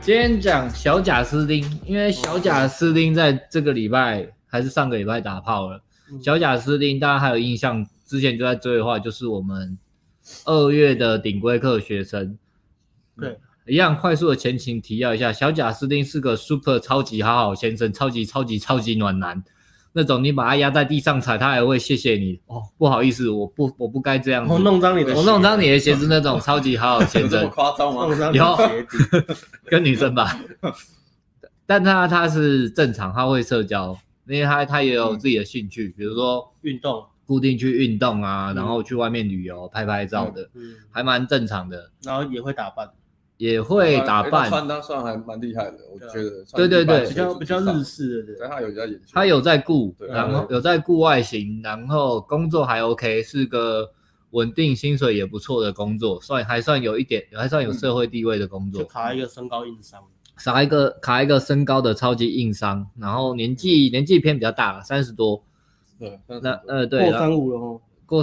今天讲小贾斯汀，因为小贾斯汀在这个礼拜还是上个礼拜打炮了。小贾斯汀大家还有印象，之前就在追的话，就是我们2月的顶规课学生。 对， 一样快速的前情提要一下，小贾斯汀是个 super 超级好好先生，超级暖男。那种你把他压在地上踩，他还会谢谢你哦。不好意思，我不该这样子。 我弄脏你的鞋子那种超级好好先生。 有这么夸张吗？ 有跟女生吧，但他是正常，他会社交，因为他也有自己的兴趣，比如说运动， 固定去运动啊，然后去外面旅游拍照的，还蛮正常的。 然后也会打扮。 也会打扮， 穿搭算还蛮厉害的，我觉得。 对， 比较日式的， 对，他有在研究， 他有在顾，然后有在顾外形，然后工作还 OK， 是个稳定、薪水也不错的工作，还算有社会地位的工作。 就卡一个身高硬伤， 卡一个身高的超级硬伤，然后年纪偏比较大，30多。 对， 对， 过35了哦， 过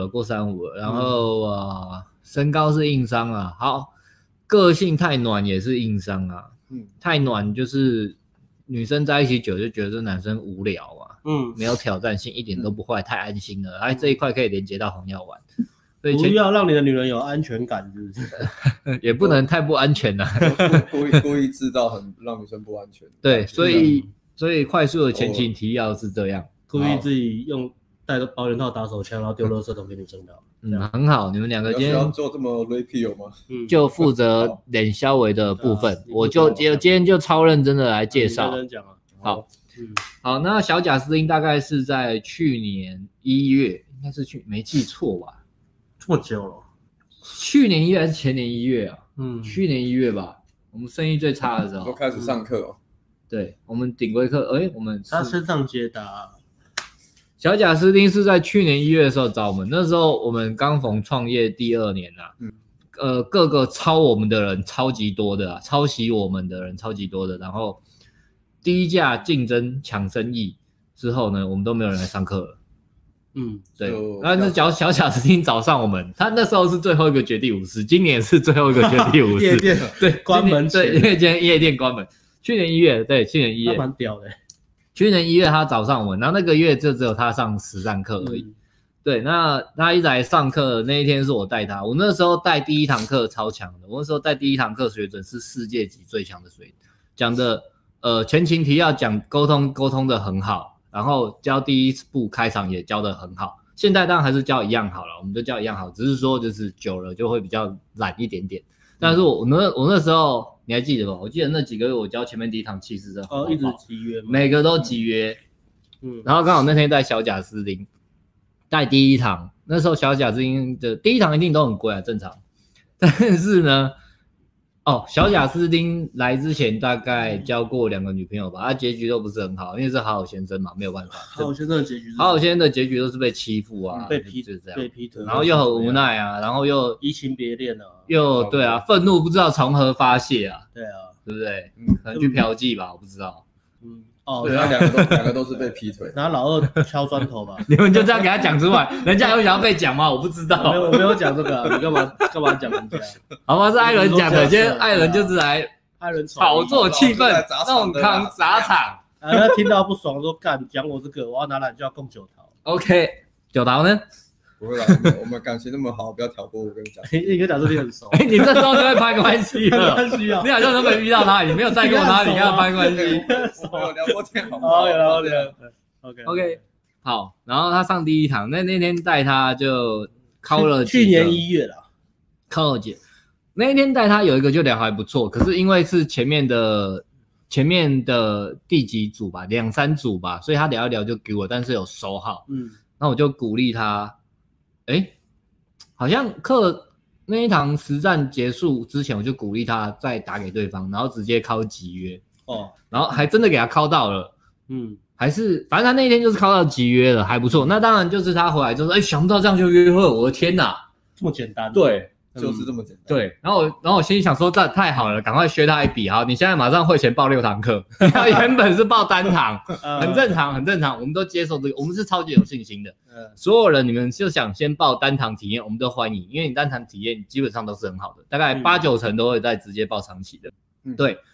35了，然后身高是硬伤啊，好。个性太暖也是硬伤啊，太暖就是女生在一起久就觉得这男生无聊啊，没有挑战性，一点都不坏，太安心了。这一块可以连接到红药丸， 所以不要让你的女人有安全感，是不是？ 也不能太不安全了， 故意制造很让女生不安全。 对，所以快速的前情提要是这样， 故意自己用带着保险套打手枪，然后丢垃圾桶给女生的。 很好，你们两个今天要做这么 rapio 吗？ 就负责脸消微的部分，我就今天就超认真的来介绍。好，那小贾斯汀大概是在去年1月，应该是没记错吧？ 这么久了？ 去年1月还是前年1月啊？去年1月吧。我们生意最差的时候， 都开始上课哦。 对，我们顶规课， 他身上接答。 小贾斯汀是在去年1月的时候找我们，那时候我们刚逢创业第2年啊，各个抄我们的人超级多的啊，抄袭我们的人超级多的，然后低价竞争抢生意之后呢，我们都没有人来上课了。对，那小贾斯汀找上我们，他那时候是最后一个绝地武士，今年是最后一个绝地武士。 夜店对， 关门前， 对，因为今天夜店关门。去年1月，对，去年1月， 他蛮屌的。 去年1月他找上我们，然后那个月就只有他上实战课而已。对，那他一来上课那一天是我带他，我那时候带第一堂课超强的，我那时候带第一堂课水准是世界级最强的水准，讲的前情提要讲沟通的很好，然后教第一步开场也教的很好，现在当然还是教一样好了，我们就教一样好，只是说就是久了就会比较懒一点点。但是我那时候你还记得吧？我记得那几个月我教前面第一堂气势的一直集约， 每个都集约。然后刚好那天带小贾斯汀带第一堂，那时候小贾斯汀的第一堂一定都很贵啊，正常。但是呢，小贾斯汀来之前大概交过2个女朋友吧，他结局都不是很好，因为是好好先生嘛，没有办法。 好好先生的结局是， 好好先生的结局都是被欺负啊， 被劈腿， 然后又很无奈啊，然后又移情别恋啊， 又对啊，愤怒不知道从何发泄啊， 对啊， 对不对？可能去嫖妓吧，我不知道。 对，他两个都是被劈腿， 然后老二敲砖头吧。 你们就这样给他讲出来，人家有想要被讲吗？我不知道。 我没有讲这个，你干嘛讲人家？ 好吧，是艾伦讲的，今天艾伦就是来炒作气氛，弄康砸场。 他听到不爽说干讲我这个，我要拿来就要供9桃。 OK， 9桃呢？ 不会啦，我们感情那么好，不要挑拨我跟你讲。 你跟贾斯汀很熟， 你这时候就会拍关系了。 关系啊！ 你好像都没遇到他，你没有带过他，你跟他拍关系。 我有聊过天，好不好？ 有聊过天。 OK， 好，然后他上第一堂，那天带他就考了去年1月啦， 考了几。那一天带他有一个就聊还不错，可是因为是前面的第几组吧，2、3组吧，所以他聊一聊就给我，但是有收好。那我就鼓励他。好像课那一堂实战结束之前，我就鼓励他再打给对方，然后直接敲集约然后还真的给他敲到了，还是反正他那一天就是敲到集约了，还不错。那当然就是他回来就说，想不到这样就约会，我的天哪， 这么简单， 对， 就是这么简单。 对，然后我心里想说，这太好了，赶快削他一笔。好，你现在马上汇钱报6堂课，他原本是报单堂，很正常，很正常，我们都接受这个，我们是超级有信心的。所有人你们就想先报单堂体验，我们都欢迎，因为你单堂体验基本上都是很好的，大概8、9成都会再直接报长期的。对，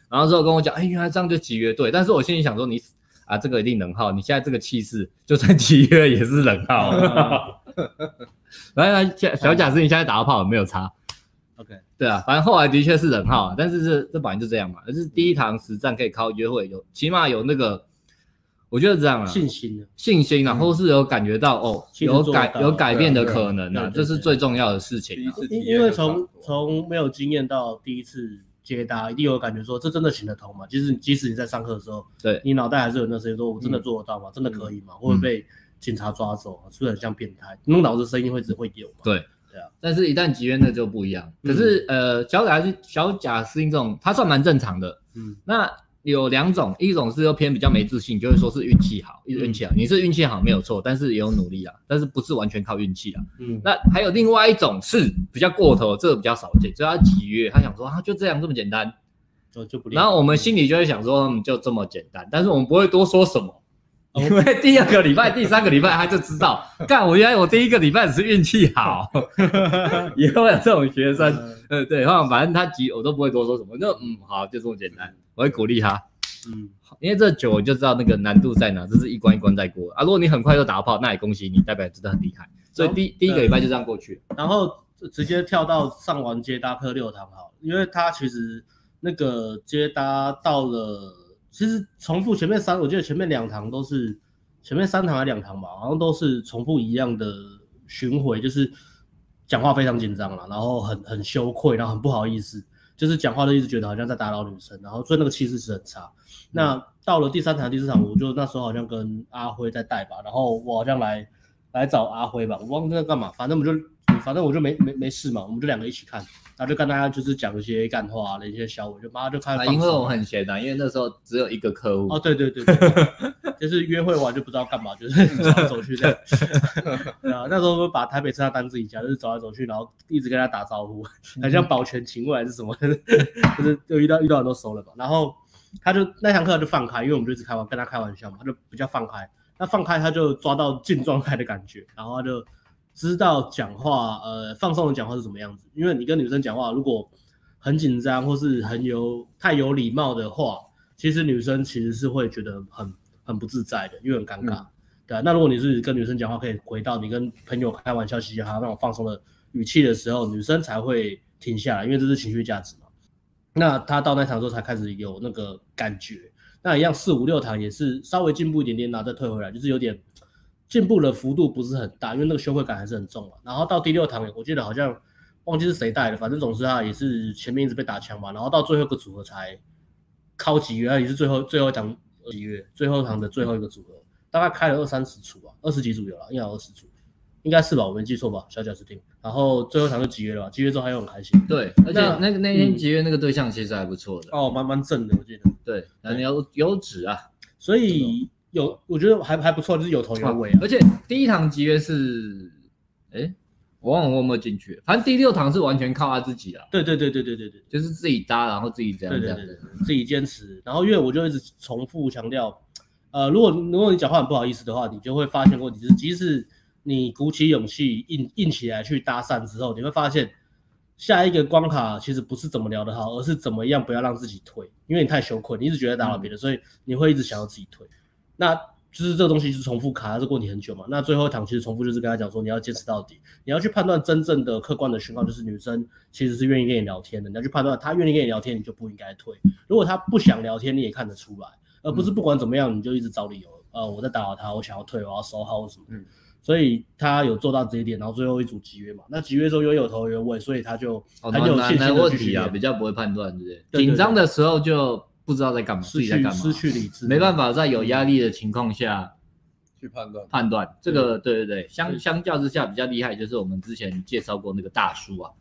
然后之后跟我讲，原来这样就集约对，但是我心里想说你这个一定冷号，你现在这个气势就算集约也是冷号。然后小贾斯汀现在打到炮没有差。 OK， 对啊，反正后来的确是冷号，但是这本来就这样嘛。而是第一堂实战可以靠约会，起码有那个，我觉得这样啊，信心啊，或是有感觉到有改变的可能啊，这是最重要的事情啊。 因为从没有经验到第一次接搭，一定有感觉说这真的行得通嘛？即使你在上课的时候， 对你脑袋还是有那声音说，我真的做得到吗？真的可以吗？会不会被警察抓走？是不是很像变态？那种脑子声音会有嘛？ 对。但是，一旦集约那就不一样。可是，小贾斯汀这种，他算蛮正常的。那有2种，一种是又偏比较没自信，就会说是运气好，运气好，你是运气好没有错，但是也有努力啊，但是不是完全靠运气啊。那还有另外一种是比较过头，这个比较少见，所以他集约，他想说就这样这么简单， 就不。 然后我们心里就会想说，就这么简单，但是我们不会多说什么。因为第2个礼拜、第3个礼拜他就知道，原来我第1个礼拜只是运气好，也会有这种学生，对，反正他急我都不会多说什么，就好，就这么简单，我会鼓励他，因为这久我就知道那个难度在哪，这是一关一关在过啊。如果你很快就打炮，那也恭喜你，代表真的很厉害。所以第1个礼拜就这样过去， 然后直接跳到上完接搭课6堂好，因为他其实那个接搭到了。其实重复前面我记得前面2堂都是前面3堂还2堂吧，好像都是重复一样的巡回，就是讲话非常紧张啦，然后很羞愧，然后很不好意思，就是讲话都一直觉得好像在打扰女生，然后所以那个气势是很差。那到了第3堂、第4堂，我就那时候好像跟阿辉在带吧，然后我好像来找阿辉吧，我忘记在干嘛，反正我就没事嘛，我们就2个一起看。然后就跟大家就是讲一些干话的一些小我就马上就开始放松。 因为我很闲因为那时候只有1个客户。 对，就是约会完就不知道干嘛，就是走来走去这样。那时候把台北车当自己家，就是走来走去，然后一直跟他打招呼，很像保全勤务还是什么，就是就遇到很多熟人嘛。然后他就那堂课就放开，因为我们就一直跟他开玩笑嘛，他就比较放开。那放开他就抓到进状态的感觉，然后他就知道讲话，放松的讲话是什么样子。因为你跟女生讲话，如果很紧张或是太有礼貌的话，其实女生其实是会觉得很不自在的，因为很尴尬。对啊，那如果你是跟女生讲话，可以回到你跟朋友开玩笑、嘻嘻哈哈那种放松的语气的时候，女生才会停下来，因为这是情绪价值嘛。那他到那堂之后才开始有那个感觉。那一样4、5、6堂也是稍微进步一点点，然后再退回来，就是有点。进步的幅度不是很大，因为那个羞愧感还是很重嘛。然后到第6堂，我记得好像忘记是谁带的，反正总之他也是前面一直被打枪嘛。然后到最后一个组合才靠集约，也是最后一堂集约，最后一堂的最后一个组合，大概开了20-30组吧，20几组有了，应该有20组，应该是吧？我没记错吧？小贾斯汀。然后最后一堂就集约了吧，集约之后还有很开心。 对，而且那天集约那个对象其实还不错的， 蛮正的，我记得。 对，很优质啊， 所以。我觉得还不错，就是有头有尾而且第1堂集约是，我忘了我有没有进去，反正第6堂是完全靠他自己啦。 对， 就是自己搭，然后自己这样， 对，自己坚持。然后因为我就一直重复强调，如果你讲话很不好意思的话，你就会发现问题是，即使你鼓起勇气硬起来去搭讪之后，你会发现下一个关卡其实不是怎么聊得好，而是怎么样不要让自己退，因为你太羞愧，你一直觉得打扰别人，所以你会一直想要自己退。那就是这个东西是重复卡在这过程很久嘛。那最后一堂其实重复就是跟他讲说，你要坚持到底，你要去判断真正的客观的情况，就是女生其实是愿意跟你聊天的，你要去判断她愿意跟你聊天，你就不应该退。如果她不想聊天，你也看得出来，而不是不管怎么样你就一直找理由，我在打扰她，我想要退，我要收号什么的。所以他有做到这一点，然后最后一组集约嘛，那集约之后又有头有尾，所以他就很有信心的去比较不会判断，对不对？紧张的时候就不知道在干嘛，自己在干嘛， 失去理智， 没办法在有压力的情况下去判断。这个对，相较之下比较厉害，就是我们之前介绍过那个大叔啊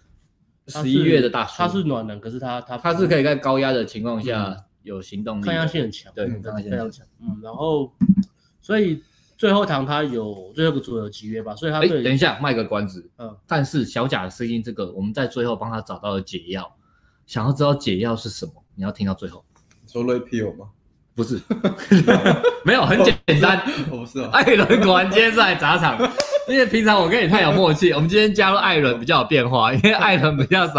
，11月的大叔， 他是暖男，可是他是可以在高压的情况下有行动力， 抗压性很强， 对， 非常强，然后所以最后一堂他有最后一个组有集约吧，所以他对。 等一下卖个关子，但是小贾斯汀这个我们在最后帮他找到了解药，想要知道解药是什么，你要听到最后。 你说 Repeal 吗？ 不是，没有，很简单。 不是艾伦果然今天是来砸场，因为平常我跟你太有默契，我们今天加入艾伦比较有变化，因为艾伦比较少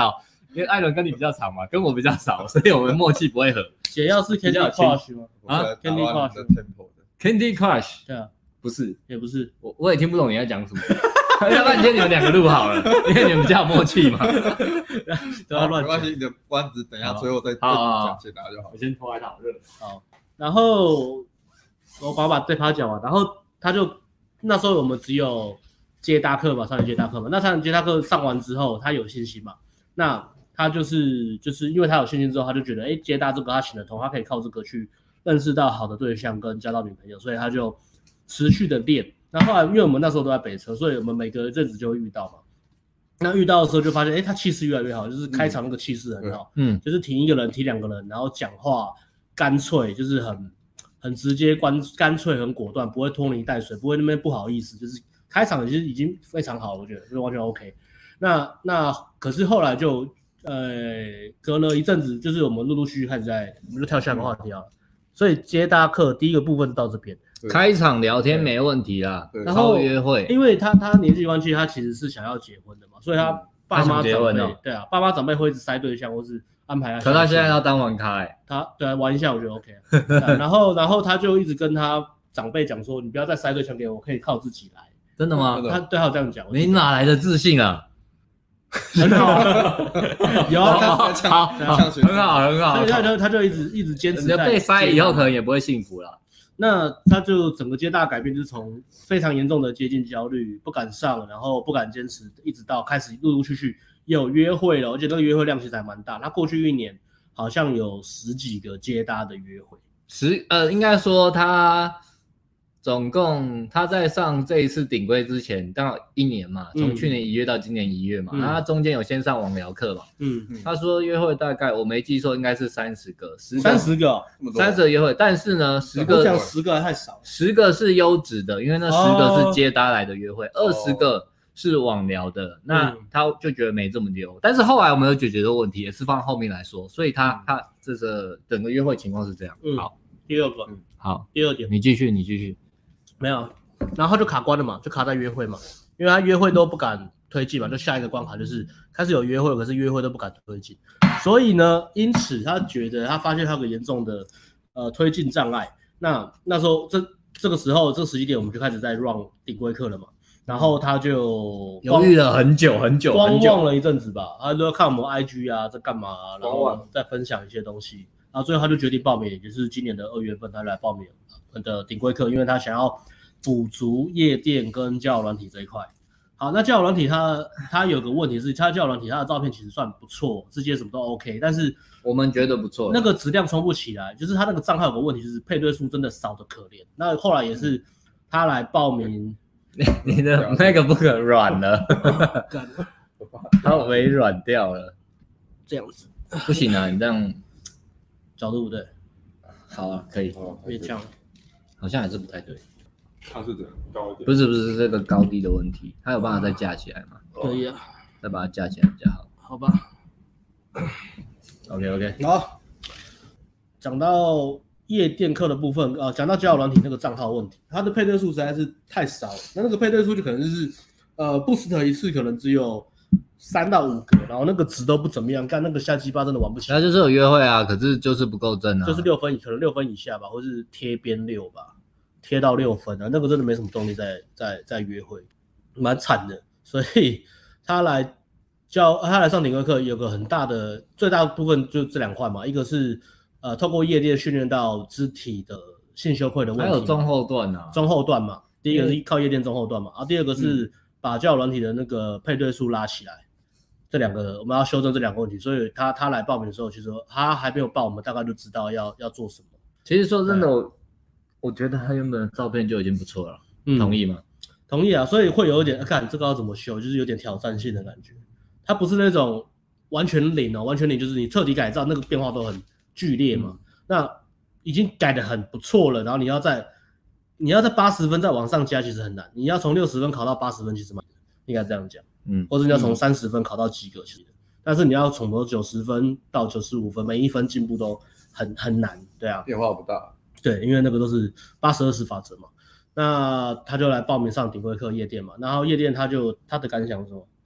因为艾伦跟你比较长嘛，跟我比较少，所以我们默契不会合。 解药是 Candy Crush 吗？ 啊 Candy Crush 的 Temple 的， Candy Crush 对啊， 不是， 也不是。 我也听不懂你在讲什么。要不然今天你们两个录好了，因为你们比较有默契嘛。 都要乱讲。 没关系，你的关子等一下最后再好讲解答就好我。先脱外套，热。 好，然后我把这趴讲完，然后他就那时候我们只有接搭课嘛，3年接搭课嘛。那3年接搭课上完之后，他有信心嘛？那他就是因为他有信心之后，他就觉得接搭这个他行得通，他可以靠这个去认识到好的对象跟交到女朋友，所以他就持续的练。那后来因为我们那时候都在北车，所以我们每隔一阵子就会遇到嘛。那遇到的时候就发现，他气势越来越好，就是开场那个气势很好，就是挺一个人，挺2个人，然后讲话干脆，就是很直接、干脆、很果断，不会拖泥带水，不会那边不好意思，就是开场其实已经非常好了，我觉得就完全 OK。那可是后来就隔了一阵子，就是我们陆陆续续开始我们就跳下一个话题了。所以接搭课第一个部分到这边。 开场聊天没问题啦， 然后约会， 因为他年纪关系，他其实是想要结婚的嘛，所以他爸妈长辈，对啊，爸妈长辈会一直塞对象，或是安排他。 可他现在要当玩咖他对啊，玩一下我觉得 OK 然后他就一直跟他长辈讲说，你不要再塞对象给我，可以靠自己来。 真的吗？ 他对他有这样讲。 你哪来的自信啊？ 很好，有好，很好。 他就一直坚持。 你被塞以后可能也不会幸福了。 那他就整个接大改变，就是从非常严重的接近焦虑，不敢上，然后不敢坚持，一直到开始陆陆续续也有约会了，而且那个约会量其实还蛮大。他过去1年好像有10几个接搭的约会， 应该说他总共他在上这一次顶规之前，刚好1年嘛，从去年1月到今年1月嘛，他中间有先上网聊课嘛，他说约会大概我没记错应该是30个 ，30 个约会，但是呢10个讲10个还太少 ，10个是优质的，因为那10个是接搭来的约会，20个是网聊的，那他就觉得没这么溜，但是后来我们有解决这个问题，也是放后面来说，所以他这个整个约会情况是这样。好， 第二个， 好， 第二点， 你继续。 没有，然后就卡关了嘛，就卡在约会嘛，因为他约会都不敢推进嘛，就下一个关卡就是开始有约会，可是约会都不敢推进，所以呢，因此他觉得他发现他有个严重的推进障碍。那时候这个时候这个时机点，我们就开始在 run 顶规课了嘛，然后他就犹豫了很久， 观望了一阵子吧，他就看我们 IG 啊在干嘛啊，然后再分享一些东西，然后最后他就决定报名，也就是今年的2月份他来报名的顶规课，因为他想要补足夜店跟交友软体这一块。好，那交友软体它有个问题是，它交友软体它的照片其实算不错，这些什么都 OK， 但是我们觉得不错， 那个质量冲不起来，就是他那个账号有个问题，就是配对数真的少得可怜。那后来也是他来报名， 你的那个不可软了，它微软掉了， 这样子不行啊，你这样角度不对。 好啊，可以， 别这样， 好像还是不太对。 它是怎样高一点？ 不是这个高低的问题，它有办法再架起来吗？ 可以啊， 再把它架起来比较好。 好吧。 OK。 好，讲到夜店课的部分讲到交友软体那个账号问题，它的配对数实在是太少了。那个配对数就可能就是boost 一次可能只有3到5个，然后那个值都不怎么样，干那个下鸡巴真的玩不起来。 那就是有约会啊，可是就是不够正啊， 就是6分，可能6分以下吧，或是贴边6吧，贴到6分啊，那个真的没什么动力在约会，蛮惨的。所以他来上顶规课有个很大的最大部分就这2块嘛，一个是透过夜店训练到肢体的性羞愧的问题， 还有中后段嘛，第一个是靠夜店中后段嘛，第二个是把交友软体的那个配对数拉起来。这2个我们要修正这2个问题，所以他来报名的时候，其实他还没有报，我们大概就知道要做什么。其实说真的，我觉得他原本的照片就已经不错了，同意吗？ 同意啊，所以会有一点看这个要怎么修，就是有点挑战性的感觉。它不是那种完全零哦，完全零就是你彻底改造，那个变化都很剧烈嘛。那已经改得很不错了，然后你要在80分再往上加，其实很难。你要从60分考到80分，其实蛮难，应该这样讲。或者你要从30分考到及格，其实，但是你要从90分到95分，每一分进步都很难，对啊， 变化不大。 对，因为那个都是80-20法则嘛。那他就来报名上顶规课夜店嘛，然后夜店他的感想是什么？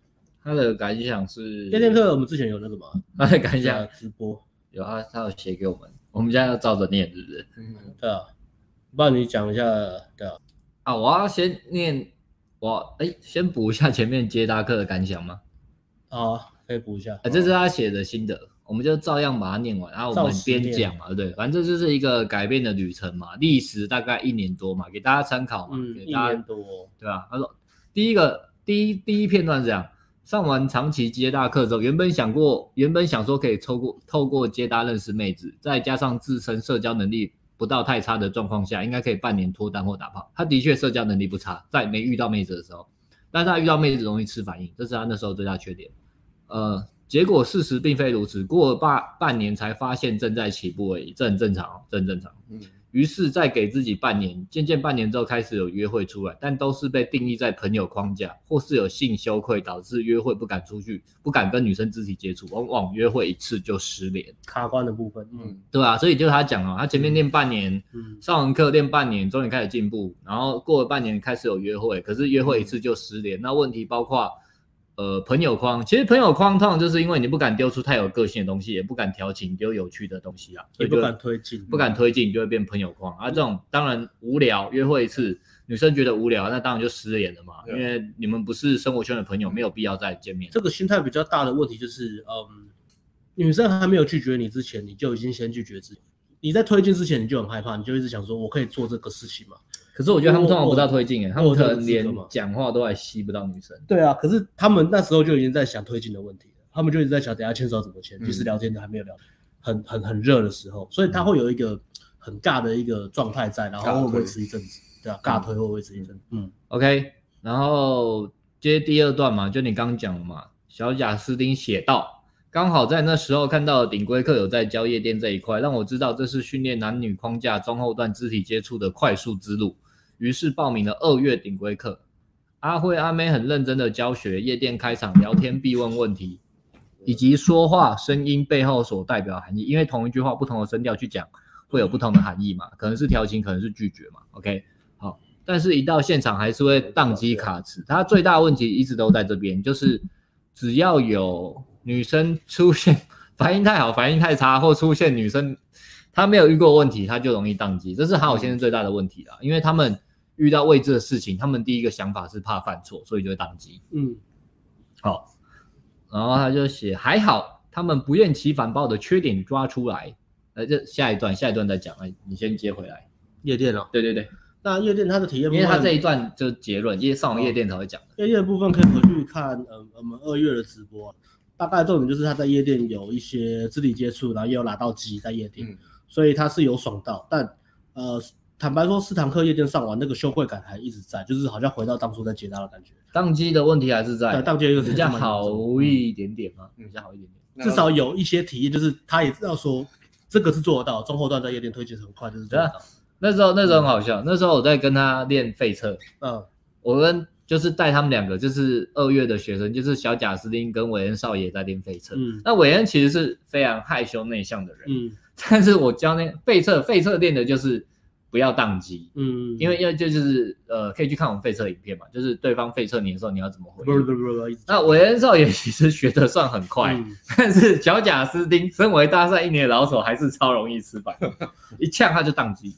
他的感想是夜店课我们之前有那个嘛， 他的感想直播有他有写给我们，我们现在要照着念，是不是？ 对啊，不然你讲一下，对啊。 我要先念，先补一下前面接搭课的感想吗？ 可以补一下。 这是他写的心得，我们就照样把它念完，然后我们边讲嘛，对，反正这就是一个改变的旅程嘛，历时大概1年多嘛，给大家参考嘛，给大家 1年多， 对吧？他说第一片段是这样，上完长期接搭课之后，原本想说可以透过接搭认识妹子，再加上自身社交能力不到太差的状况下，应该可以半年脱单或打炮。他的确社交能力不差，在没遇到妹子的时候，但是他遇到妹子容易吃反应，这是他那时候最大缺点。结果事实并非如此，过了半年才发现正在起步而已，这很正常，这很正常。于是再给自己半年，渐渐半年之后开始有约会出来，但都是被定义在朋友框架，或是有性羞愧导致约会不敢出去，不敢跟女生肢体接触，往往约会1次就失联。 卡关的部分， 对啊，所以就他讲他前面练半年，上完课练半年，终于开始进步，然后过了半年开始有约会，可是约会1次就失联。那问题包括朋友框，其实朋友框通常就是因为你不敢丢出太有个性的东西，也不敢调情丢有趣的东西啊， 也不敢推进， 不敢推进就会变朋友框啊。这种当然无聊，约会1次，女生觉得无聊，那当然就失联了嘛，因为你们不是生活圈的朋友，没有必要再见面。 这个心态比较大的问题就是，女生还没有拒绝你之前，你就已经先拒绝自己。你在推进之前，你就很害怕，你就一直想说，我可以做这个事情吗？ 可是我觉得他们通常不到推进他们可能连讲话都还吸不到女生。 对啊，可是他们那时候就已经在想推进的问题了，他们就一直在想等一下牵手怎么牵，其实聊天都还没有聊，很热的时候，所以他会有一个很尬的一个状态在，然后会维持一阵子，对啊，尬推会维持一阵子。 OK， 然后接第2段嘛，就你刚讲的嘛，小贾斯汀写道。刚好在那时候看到顶规课有在教夜店这一块，让我知道这是训练男女框架中后段肢体接触的快速之路，于是报名了2月顶规课。阿辉阿妹很认真的教学，夜店开场聊天必问问题，以及说话声音背后所代表的含义，因为同一句话不同的声调去讲会有不同的含义嘛，可能是调情，可能是拒绝嘛。 OK， 好，但是一到现场还是会宕机卡词，他最大的问题一直都在这边，就是只要有女生出现反应太好反应太差，或出现女生她没有遇过问题，她就容易宕机，这是好先生最大的问题啦，因为他们遇到未知的事情，他们第一个想法是怕犯错，所以就会宕机。好，然后他就写还好他们不厌其烦把我的缺点抓出来。这下一段再讲，你先接回来。 夜店哦， 对， 那夜店它的体验部分， 因为他这一段就是结论，因为上完夜店才会讲的。 夜店的部分可以回去看我们2月的直播，大概重点就是他在夜店有一些肢体接触，然后也有拿到鸡在夜店，所以他是有爽到，但坦白说4堂课夜店上完，那个羞愧感还一直在，就是好像回到当初在接搭的感觉。 宕机的问题还是在， 对，宕机有比较好一点点嘛，比较好一点点， 至少有一些体验，就是他也知道说这个是做得到，中后段在夜店推进很快，就是做得到。 那时候很好笑，那时候我在跟他练废车，我跟就是带他们2个，就是2月的学生，就是小贾斯汀跟韦恩少爷在练废车。那韦恩其实是非常害羞内向的人，但是我教那废车练的就是不要宕机，因为就是可以去看我们废车影片嘛，就是对方废车你的时候你要怎么回应。那韦恩少爷其实学得算很快，但是小贾斯汀身为大赛1年的老手，还是超容易吃板，一呛他就宕机。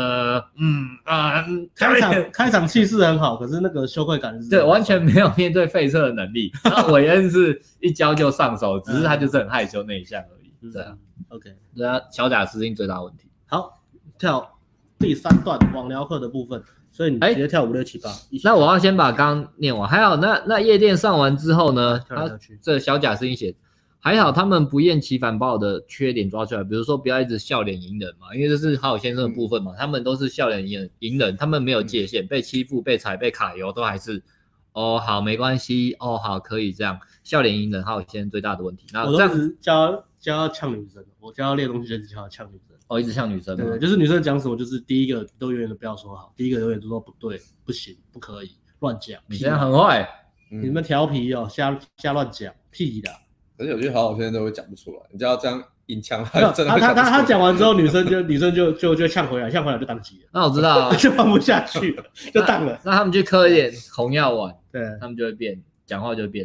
开场气势很好，可是那个羞愧感是对，完全没有面对废车的能力。然后韦恩是一教就上手，只是他就是很害羞内向而已。对啊 ，OK， 对啊，小贾斯汀最大问题。 好，跳第3段网聊课的部分，所以你直接跳5、6、7、8。 那我要先把刚刚念完。还好，那夜店上完之后呢，这小贾斯汀写，还好他们不厌其烦把我的缺点抓出来，比如说不要一直笑脸迎人嘛，因为这是好先生的部分嘛，他们都是笑脸迎人，他们没有界限，被欺负、被踩、被卡油都还是好没关系，好可以这样，笑脸迎人好先生最大的问题。那我都是教他呛女生，我教他练东西就是教他呛女生。 一直像女生吗？ 对，就是女生讲什么，就是第一个都永远都不要说好，第一个永远都说不对、不行、不可以，乱讲。 你这样很坏， 你们调皮哦，瞎乱讲，屁的。 而且我觉得好现在都会讲不出来，你只要这样硬呛，他真的会他讲完之后，女生就呛回来就宕机了。 那我知道就放不下去了，就荡了。 那他们去嗑一点红药丸， 对， 他们就会变，讲话就会变了。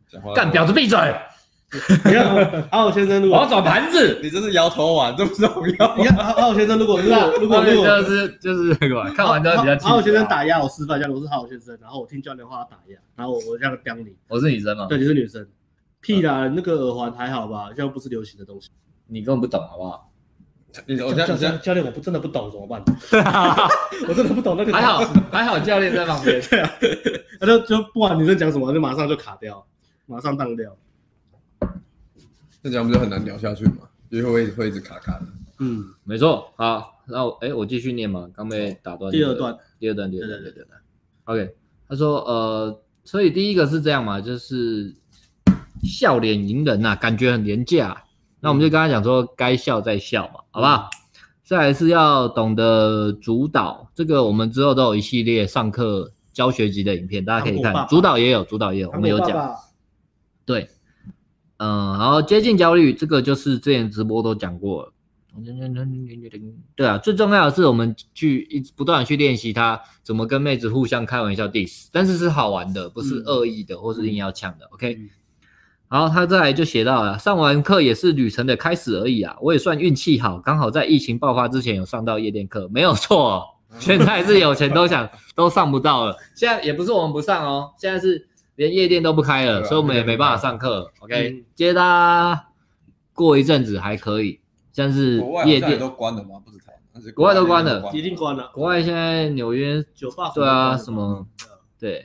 干婊子闭嘴！ 你看阿豪先生，如果我要转盘子。 你这是摇头丸，这不是红药。 你看阿豪先生，如果就是那个看完之后比较气。 阿豪先生打压，我示范一下，我是阿豪先生，然后我听教练话打压，然后我这样刁你。 我是女生吗？ 对，你是女生。屁啦，那个耳环还好吧？现在不是流行的东西。 你根本不懂，好不好？ 教练，我真的不懂怎么办？我真的不懂那个。 还好，教练在旁边。 对啊，就不管女生讲什么，就马上就卡掉，马上当掉。 那这样不就很难聊下去吗？因为会一直卡卡的。 嗯， 没错。好，那我继续念嘛，刚被打断。 第二段。 对。OK， 他说所以第一个是这样嘛，就是笑脸迎人呐，感觉很廉价。那我们就跟他讲说，该笑再笑嘛，好不好？再来是要懂得主导，这个我们之后都有一系列上课教学集的影片，大家可以看。主导也有，我们有讲。对，然后接近焦虑，这个就是之前直播都讲过了。对啊，最重要的是我们不断的去练习他怎么跟妹子互相开玩笑 diss， 但是是好玩的，不是恶意的，或是硬要呛的。OK。然后他再来就写到了，上完课也是旅程的开始而已啊，我也算运气好，刚好在疫情爆发之前有上到夜店课，没有错，现在是有钱都上不到了，现在也不是我们不上哦，现在是连夜店都不开了，所以我们也没办法上课。OK， 接他过一阵子还可以，像是夜店都关了吗？不是台湾， 国外都关了， 一定关了。 国外现在纽约酒吧对啊什么对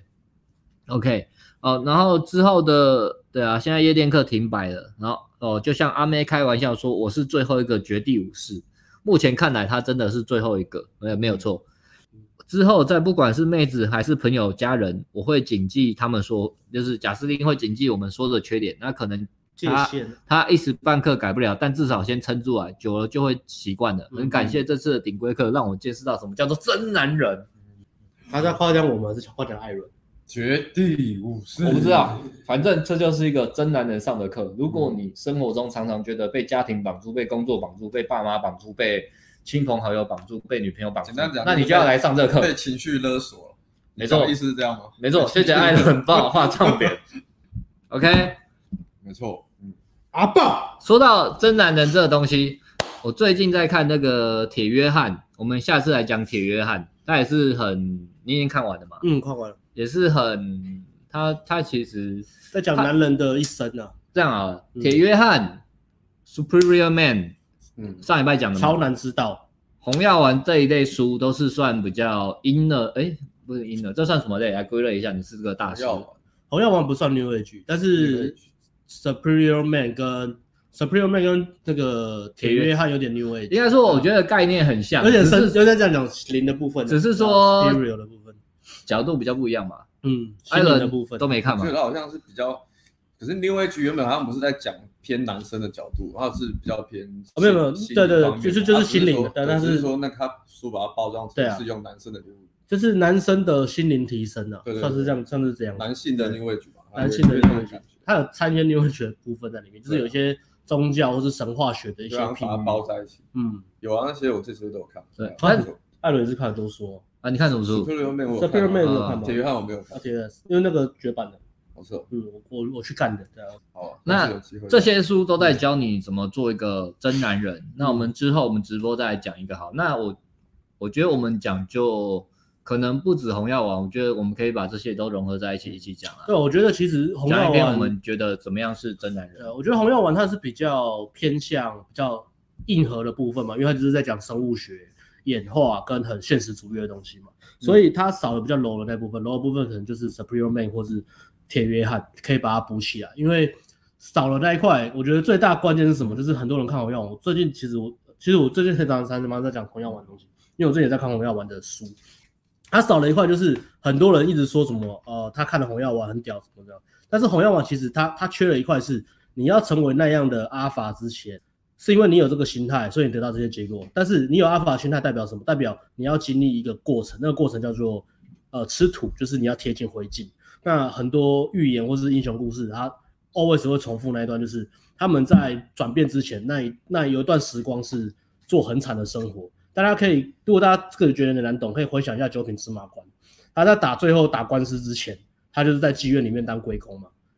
，OK 然后之后的。对啊，现在夜店课停摆了，然后就像阿妹开玩笑说，我是最后一个绝地武士。目前看来，他真的是最后一个，没有错。之后再不管是妹子还是朋友家人，我会谨记他们说，就是贾斯汀会谨记我们说的缺点，那可能他一时半刻改不了，但至少先撑住来，久了就会习惯了。很感谢这次的顶规课，让我见识到什么叫做真男人。 他在夸奖我们，是夸奖艾伦。 绝地武士， 我不知道，反正这就是一个真男人上的课。如果你生活中常常觉得被家庭绑住、被工作绑住、被爸妈绑住、被亲朋好友绑住、被女朋友绑住，那你就要来上这课。 被情绪勒索了， 没错， 意思是这样吗？ 没错，谢谢艾伦帮我画重点。OK， 没错。 阿爸， 说到真男人这个东西，我最近在看那个铁约翰，我们下次来讲铁约翰，他也是你已经看完了吗？ 看完了。也是他其实在讲男人的一生啊。 这样啊，铁约翰 Superior Man， 上礼拜讲的超难知道。 红药丸这一类书都是算比较阴的，不是阴的，这算什么类？来归类一下，你是个大师。 红药丸不算 New Age， 但是 Superior Man 跟那个铁约翰有点 New Age。 应该说，我觉得概念很像， 有点深，有点这样讲灵的部分， 只是说 Superior 的部分。 角度比较不一样嘛， 心灵的部分都没看嘛。 我觉得好像是比较，可是 New Age 原本好像不是在讲偏男生的角度，它是比较偏没有，对，就是心灵的，但是说那他书把它包装成是用男生的， 就是男生的心灵提升啊，算是这样，算是这样。 男性的 New Age 吧， 男性的 New Age， 它有参与 New Age 的部分在里面，就是有一些宗教或是神话学的一些把它包在一起。有啊，那些我这次都有看。 对，艾伦是看很多书啊，你看什么书 ？Superior Man 我有看吗？ 铁约翰我没有看， 因为那个绝版的。我去看的。 好， 那这些书都在教你怎么做一个真男人。那我们之后我们直播再来讲一个好。那我觉得我们讲就可能不止红药丸，我觉得我们可以把这些都融合在一起讲啊。 对，我觉得其实红药丸我们觉得怎么样是真男人？ 我觉得红药丸它是比较偏向比较硬核的部分嘛，因为它就是在讲生物学。演化跟很现实主义的东西嘛，所以它少了比较 low 的那部分，low 的部分可能就是 Superior Man 或是铁约翰可以把它补起来，因为少了那一块，我觉得最大关键是什么？就是很多人看红药丸，我最近其实我最近很长在讲红药丸的东西，因为我最近也在看红药丸的书，它少了一块，就是很多人一直说什么他看了红药丸很屌什么的，但是红药丸其实它缺了一块，是你要成为那样的阿法之前。是因为你有这个心态，所以你得到这些结果。但是你有阿法心态代表什么？代表你要经历一个过程，那个过程叫做吃土，就是你要贴近灰烬。那很多寓言或是英雄故事，它 always 会重复那一段，就是他们在转变之前，那有一段时光是做很惨的生活。大家可以，如果大家这个觉得有点难懂，可以回想一下九品芝麻官。他在最后打官司之前，他就是在妓院里面当龟公嘛。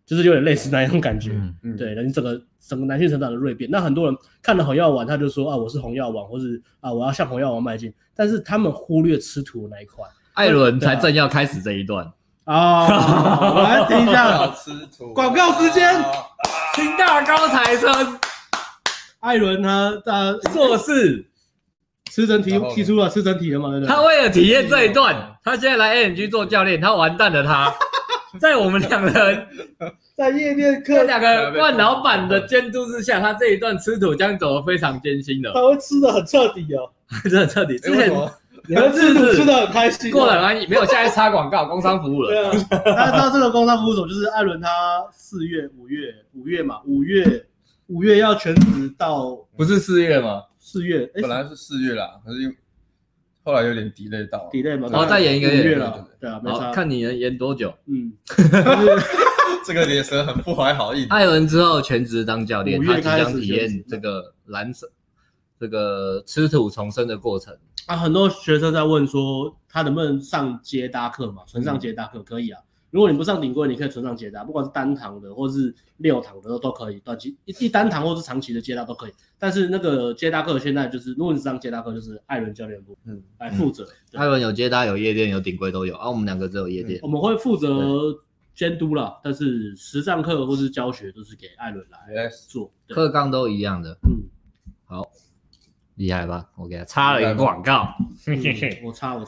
就是有点类似那种感觉。对， 嗯， 你整个男性成长的锐变。那很多人看了红药丸，他就说啊，我是红药丸，或是啊，我要向红药丸迈进，但是他们忽略吃土的那一块。 艾伦才正要开始这一段我们来听一下吃土广告时间。 清大高材生艾伦他硕士， 吃整体提出了吃整体了嘛，对不对？ 他为了体验这一段，他现在来 ANG 做教练，他完蛋了他。在我们两人在夜店课这两个万老板的监督之下，他这一段吃土将走得非常艰辛的， 他会吃的很彻底哦， 真的彻底。之前你们吃土吃的很开心， 过得很安逸，没有下一插广告，工商服务了。 对啊，大家知道这个工商服务所就是艾伦他4月、5月嘛，5月要全职到不是4月吗 ？4月， 本来是4月啦，可是后来有点 delay 到 delay 嘛， 哦，再延1个月了，对啊，没差。 看你能延多久。 这个也是很不怀好意。 艾伦之后全职当教练， 5 他即月开始将体验这个这个吃土重生的过程。 很多学生在问说他能不能上接搭课嘛？纯上接搭课可以啊。如果你不上顶规，你可以纯上接搭，不管是单堂的或是6堂的都可以，短期一单堂或是长期的接搭都可以。但是那个接搭课现在就是，如果你是上接搭课，就是艾伦教练部来负责。 艾伦有接搭、有夜店、有顶规都有，我们2个只有夜店。 我们会负责监督啦，但是实战课或是教学都是给艾伦来做， 课纲都一样的。好。厉害吧？我给他插了一个广告， 我插。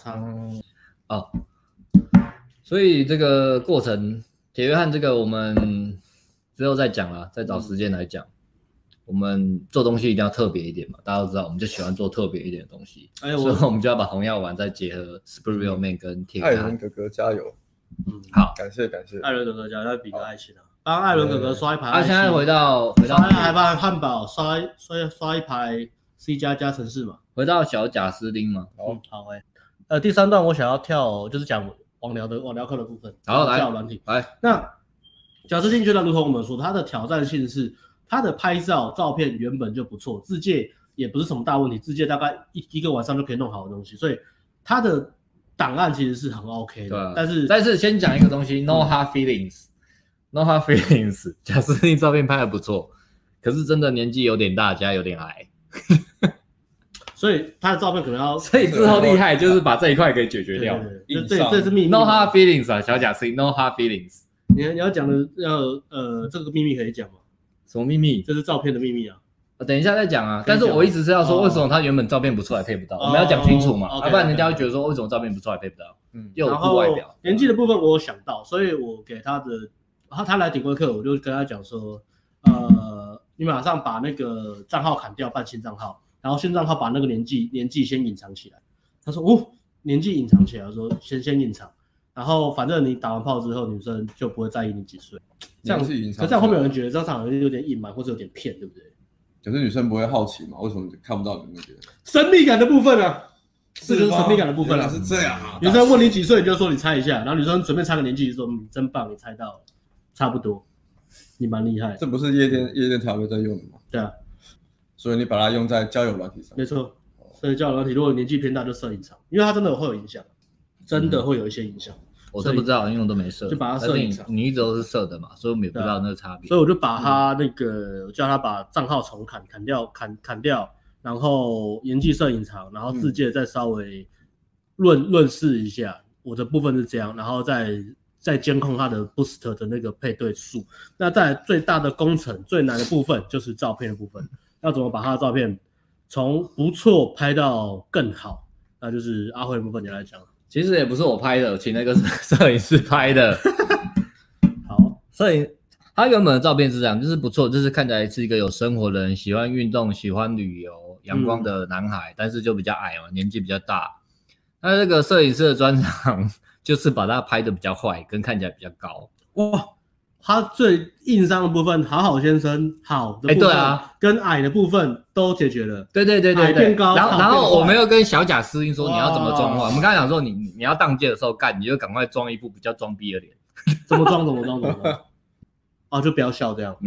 所以这个过程，铁约翰这个我们之后再讲啦，再找时间来讲。我们做东西一定要特别一点嘛，大家都知道，我们就喜欢做特别一点的东西，所以我们就要把红药丸再结合 Spirit Man 跟铁约翰。 艾伦哥哥加油！ 好， 感谢。 艾伦哥哥加油，比个爱心啊！帮艾伦哥哥刷一排爱心。 现在回到还把汉堡刷一排 C++ 城市嘛。 回到小贾斯汀嘛。 好第3段我想要跳，就是讲网聊课的部分。 好，来， 交友软体。 来， 那贾斯汀觉得，如同我们说，他的挑战性是他的拍照片原本就不错，自介也不是什么大问题，自介大概一个晚上就可以弄好的东西，所以他的档案其实是很 OK 的。但是先讲一个东西 ，No hard feelings，No hard feelings。贾斯汀照片拍的不错，可是真的年纪有点大，加有点矮。 所以他的照片可能要， 所以之后厉害就是把这一块给解决掉。 这是秘密。 No hard feelings 啊，小贾斯汀 No hard feelings。 你要讲的这个秘密可以讲吗？ 什么秘密？ 这是照片的秘密啊。 等一下再讲啊。但是我一直是要说，为什么他原本照片不错还配不到？我们要讲清楚嘛，要不然人家会觉得说为什么照片不错还配不到？又有顾外表。 年纪的部分我有想到，所以我给他的，他来顶规课，我就跟他讲说，你马上把那个账号砍掉，办新账号。然后新账号把那个年纪先隐藏起来。他说年纪隐藏起来，我说先隐藏，然后反正你打完炮之后，女生就不会在意你几岁。这样是隐藏，可这样后面有人觉得这样好像有点隐瞒或者有点骗，对不对？ 可是女生不会好奇嘛？为什么看不到你那个神秘感的部分啊？这就是神秘感的部分啊。 是这样啊。 女生问你几岁，你就说你猜一下，然后女生随便猜个年纪，就说真棒，你猜到了，差不多，你蛮厉害。 这不是夜店才会在用的吗？ 对啊。 所以你把它用在交友软体上， 没错。所以交友软体如果年纪偏大就设隐藏，因为它真的会有影响，真的会有一些影响。 我是不知道，因为我都没设， 就把它设隐藏。 你一直都是设的嘛，所以我们也不知道那个差别。 所以我就把它我叫他把账号重砍掉，然后年纪设隐藏，然后自介再稍微论事一下。我的部分是这样，然后再监控它的 boost 的那个配对数。那在最大的工程最难的部分就是照片的部分。要怎么把他的照片从不错拍到更好？那就是阿辉的部分你来讲。 其实也不是我拍的，请那个摄影师拍的。 好， 他原本的照片是这样，就是不错，就是看起来是一个有生活的人，喜欢运动，喜欢旅游，阳光的男孩，但是就比较矮嘛，年纪比较大。那这个摄影师的专长就是把他拍的比较坏，跟看起来比较高。 哇！他最硬伤的部分，好先生好的部分， 对啊， 跟矮的部分都解决了。 对， 矮变高， 然后我们又跟小贾斯汀说你要怎么装话。我们刚才讲说你要当街的时候干，你就赶快装一副比较装逼的脸。 怎么装？哦，就不要笑这样。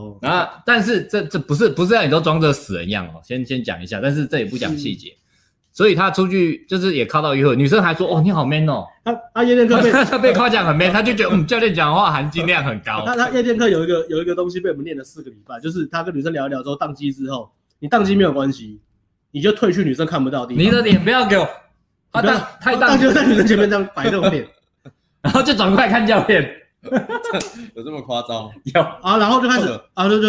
但是这不是让你都装着死人样哦。先讲一下，但是这也不讲细节。 所以他出去就是也靠到约会，女生还说哦你好 man 哦， 他夜店课他被夸奖很 man， 他就觉得教练讲话含金量很高。 他夜店课有一个东西被我们念了4个礼拜，就是他跟女生聊一聊之后宕机之后，你宕机没有关系，你就退去女生看不到的地方。 你的脸不要给我，太宕就在女生前面这样摆这种脸， 然后就转过来看教练。 有这么夸张？ 有啊，然后就开始啊，就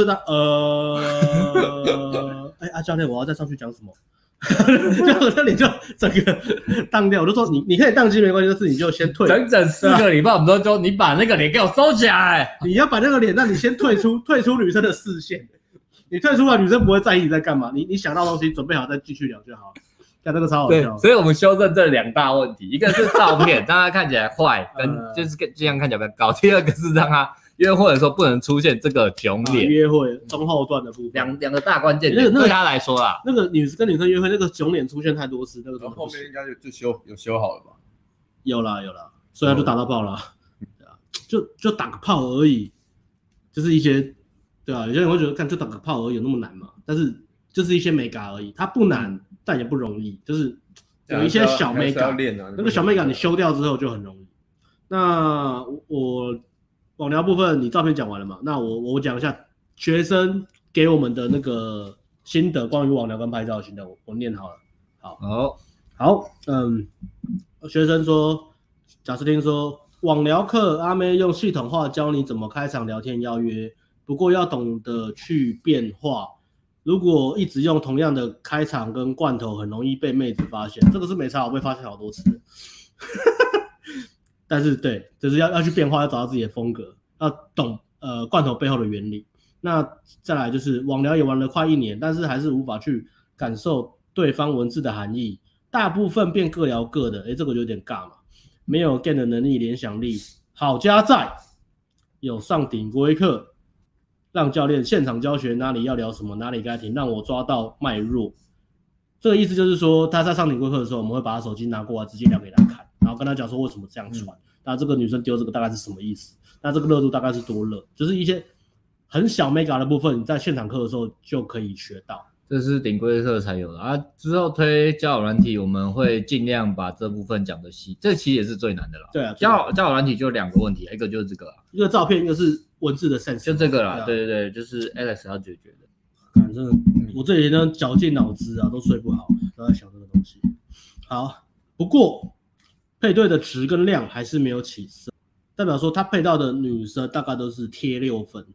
教练，我要再上去讲什么？就我的脸就整个当掉，我就说你可以宕机没关系，但是你就先退。 整4个礼拜，我们都说你把那个脸给我收起来。 你要把那个脸，那你先退出女生的视线。你退出了，女生不会在意你在干嘛。你想到东西，准备好再继续聊就好。看这个超好笑。 所以我们修正这2大问题，一个是照片让他看起来坏，就是这样看起来比较高；第二个是让他约会的时候不能出现这个囧脸。 约会中后段的部分， 两个大关键点，对他来说啦， 那个跟女生约会那个囧脸出现太多次，那个后面应该就修好了吧？ 有啦，所以他就打到炮了，就打个炮而已，就是一些对啊，有些人会觉得看就打个炮而已有那么难嘛？但是就是一些美感而已，它不难，但也不容易，就是有一些小美感，那个小美感你修掉之后就很容易。那我网聊部分你照片讲完了嘛？那我讲一下学生给我们的那个心得，关于网聊跟拍照的心得，我念好了。好，学生说，贾斯汀说，网聊课阿妹用系统化教你怎么开场聊天邀约，不过要懂得去变化。如果一直用同样的开场跟罐头，很容易被妹子发现。这个是没差，我被发现好多次。但是对，就是要去变化，要找到自己的风格，要懂罐头背后的原理。那再来就是网聊也玩了快1年，但是还是无法去感受对方文字的含义，大部分便各聊各的。这个有点尬嘛，没有 get 的能力、联想力。好家在有上顶规课，让教练现场教学哪里要聊什么，哪里该停，让我抓到脉络。这个意思就是说，他在上顶规课的时候，我们会把他手机拿过来直接聊给他看，然后跟他讲说为什么这样传。那这个女生丢这个大概是什么意思？那这个热度大概是多热？就是一些很小 mega 的部分，你在现场课的时候就可以学到。 这是顶规课才有的啊。之后推交友软体，我们会尽量把这部分讲的细，这其实也是最难的啦。 对啊， 交友软体就2个问题，一个就是这个啦， 一个照片，一个是文字的 sense， 就这个啦。对，就是 Alex 要解决的。 反正我这几天绞尽脑汁啊，都睡不好，都在想这个东西。好，不过配对的值跟量还是没有起色，代表说他配到的女生大概都是贴6分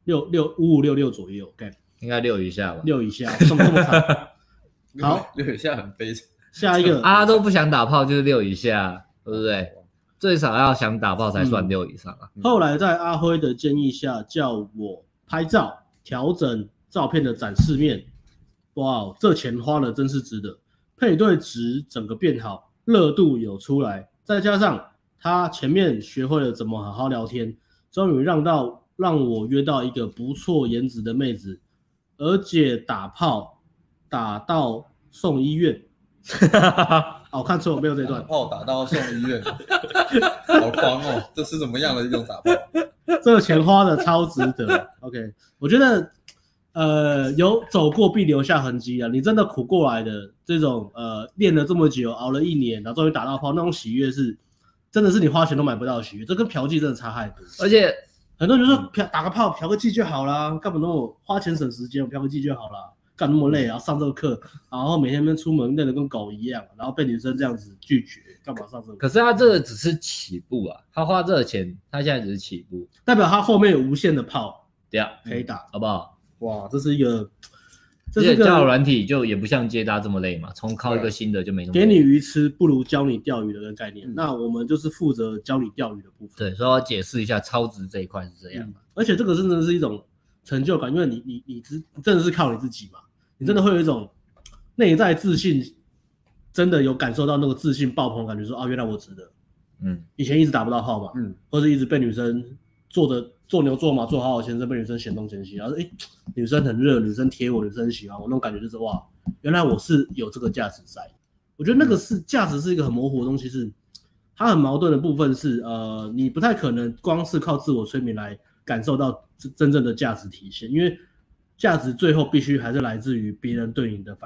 ，5566左右 ，OK， 应该6以下吧 ，6以下，这么惨。好 ，6以下很悲惨。 下一个都不想打炮就是6以下，对不对？最少要想打炮才算6以上啊。 后来在阿辉的建议下，叫我拍照调整照片的展示面，哇，这钱花了真是值得。配对值整个变好，热度有出来，再加上他前面学会了怎么好好聊天，终于让我约到一个不错颜值的妹子，而且打炮打到送医院。我看错，没有这段。 打炮打到送医院，好狂哦！这是怎么样的一种打炮？ 这个钱花的超值得。OK， 我觉得有走过必留下痕迹啊！你真的苦过来的这种练了这么久，熬了1年，然后终于打到炮，那种喜悦是真的是你花钱都买不到的喜悦，这跟嫖妓真的差太多。 而且很多人就说打个炮嫖个妓就好啦，干嘛那么花钱省时间？我嫖个妓就好啦，干那么累啊，上这个课，然后每天出门累得跟狗一样，然后被女生这样子拒绝，干嘛上这个课？ 可是他这个只是起步啊，他花这个钱，他现在只是起步， 代表他后面有无限的炮， 对啊， 可以打， 好不好？ 哇，这是一个交友软体就也不像接搭这么累嘛，从靠一个新的就没那么累。 给你鱼吃不如教你钓鱼的概念，那我们就是负责教你钓鱼的部分。 对，所以要解释一下超值这一块是这样的。 而且这个真的是一种成就感，因为你真的是靠你自己嘛，你真的会有一种内在自信，真的有感受到那个自信爆棚的感觉，说原来我值得。以前一直打不到炮嘛，或者一直被女生做牛做马做好好先生，被女生嫌东嫌西，然后女生很热，女生贴我，女生很喜欢我，那种感觉就是哇，原来我是有这个价值在。我觉得那个是价值是一个很模糊的东西，是它很矛盾的部分是你不太可能光是靠自我催眠来感受到真正的价值体现，因为价值最后必须还是来自于别人对你的反馈。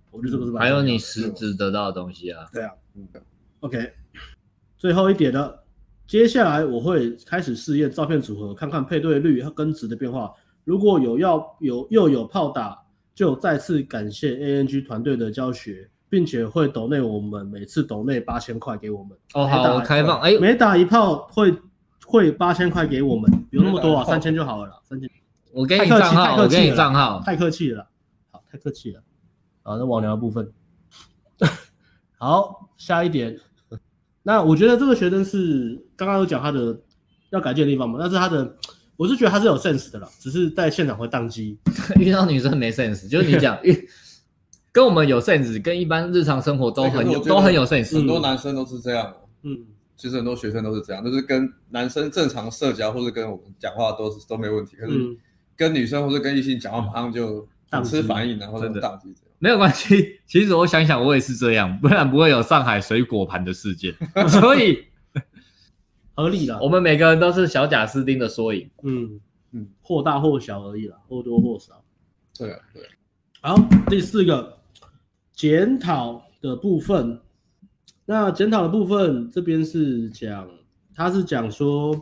我觉得这个是蛮重要的。 还有你实质得到的东西啊。 对啊，OK， 最后一点了，接下来我会开始试验照片组合，看看配对率和跟值的变化。如果又有炮打，就再次感谢 ANG 团队的教学，并且会抖内我们每次抖内8000块给我们。 哦，好，我开放。 每打一炮会8000块给我们，有那么多啊？3000就好了啦，3000。 我给你账号，我给你账号。 太客气了，好，太客气了。好，那网聊的部分。好，下一点。那我觉得这个学生是刚刚有讲他的要改进的地方嘛，但是他的我是觉得他是有 sense 的啦，只是在现场会宕机。 遇到女生没 sense， 就是你讲跟我们有 sense， 跟一般日常生活都很有 sense。 很多男生都是这样，其实很多学生都是这样，就是跟男生正常社交或者跟我们讲话都没问题，可是跟女生或者跟异性讲话马上就吃反应啊，或者宕机这样。 没有关系，其实我想想我也是这样，不然不会有上海水果盘的事件，所以合理啦。 我们每个人都是小贾斯汀的缩影， 或大或小而已啦，或多或少。 对啊。 好，第4个检讨的部分。那检讨的部分这边是他是讲说，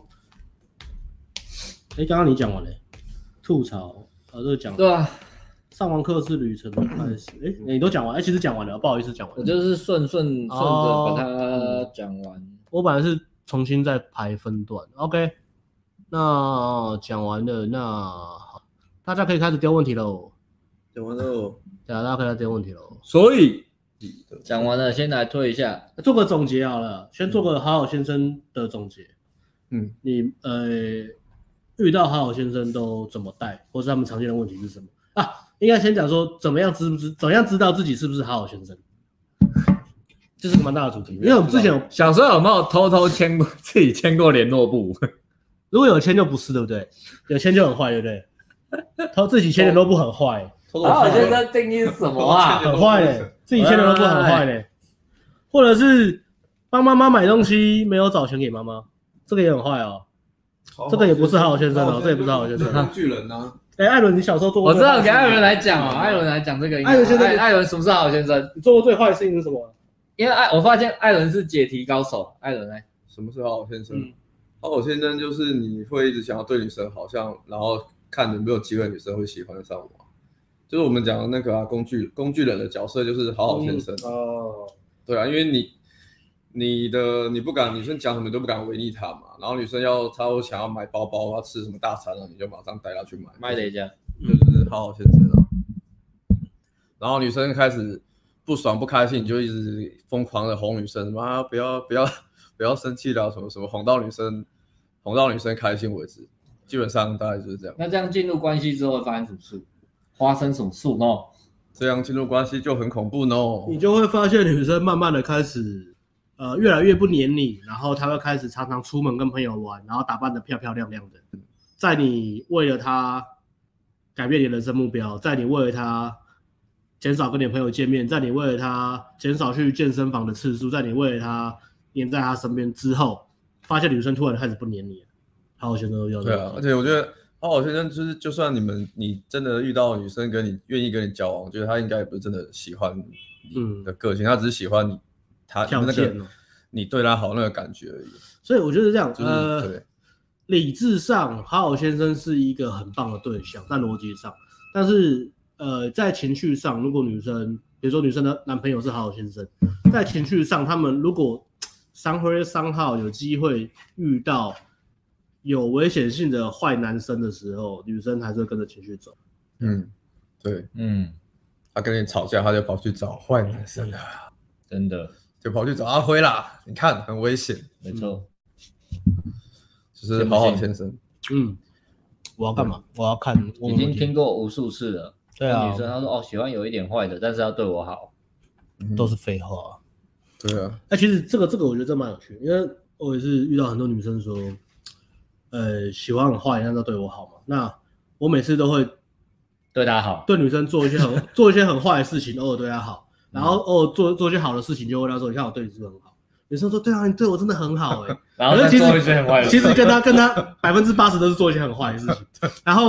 刚刚你讲完了，吐槽这个讲对啊。 上完课是旅程的开始，你都讲完，其实讲完了，不好意思讲完了。 我就是顺着把它讲完。 我本来是重新再排分段 ，OK。那讲完了，那大家可以开始丢问题喽。 讲完喽， 对啊，大家可以开始丢问题喽。 所以讲完了，先来推一下， 做个总结好了，先做个好好先生的总结。你遇到好好先生都怎么带，或是他们常见的问题是什么啊？应该先讲说怎么样知道自己是不是好好先生，这是个蛮大的主题。因为我们之前小时候有没有偷偷自己签过联络簿？ 如果有签就不是，对不对？有签就很坏，对不对？自己签联络簿很坏。 好好先生定义是什么啊？ 很坏嘞，自己签联络簿很坏嘞。或者是帮妈妈买东西没有找钱给妈妈，这个也很坏哦。这个也不是好好先生哦，这也不是好好先生。 工具人啊。 艾伦，你小时候做过？ 我知道，给艾伦来讲啊，艾伦来讲这个。艾伦什么是好好先生？ 你做过最坏的事情是什么？ 因为我发现艾伦是解题高手。艾伦来， 什么是好好先生？好好先生就是你会一直想要对女生好，然后看有没有机会女生会喜欢得上我。就是我们讲的那个工具人的角色，就是好好先生。对啊，因为你不敢，女生讲什么你都不敢违逆她嘛。然后女生她想要买包包，要吃什么大餐了，你就马上带她去买。 买哪一家？ 就是好好先生啊。然后女生开始不爽不开心，你就一直疯狂的哄女生，妈不要生气了，什么什么，哄到女生开心为止。基本上大概就是这样。 那这样进入关系之后会发生什么事？发生什么事呢？ 这样进入关系就很恐怖呢。 你就会发现女生慢慢的开始越来越不黏你，然后她会开始常常出门跟朋友玩，然后打扮得漂漂亮亮的。在你为了她改变你人生目标，在你为了她减少跟你朋友见面，在你为了她减少去健身房的次数，在你为了她黏在她身边之后，发现女生突然开始不黏你了。好好先生都要这样。 对啊，而且我觉得好好先生就是，就算你真的遇到女生愿意跟你交往，我觉得她应该也不是真的喜欢你的个性，她只是喜欢你，她那个你对她好那个感觉而已。 所以我觉得这样， 对， 理智上好好先生是一个很棒的对象，在逻辑上，但是在情绪上，如果女生，比如说女生的男朋友是好好先生，在情绪上，他们如果三号有机会遇到有危险性的坏男生的时候，女生还是会跟着情绪走。 对，他跟你吵架，他就跑去找坏男生了， 真的就跑去找阿辉啦。你看，很危险。 没错， 就是好好先生。 我要干嘛？我要看。 已经听过无数次了。 对啊， 女生她说喜欢有一点坏的，但是要对我好， 都是废话。 对啊。 其实这个我觉得蛮有趣的，因为我也是遇到很多女生说。喜欢很坏，但是要对我好嘛？那我每次都会对她好， 对女生做一些很坏的事情，偶尔对她好，然后偶尔做一些好的事情，就会跟她说：“你看我对你是不是很好？”女生说：“对啊，你对我真的很好然后再做一些很坏的事情， 其实跟她80%都是做一些很坏的事情。然后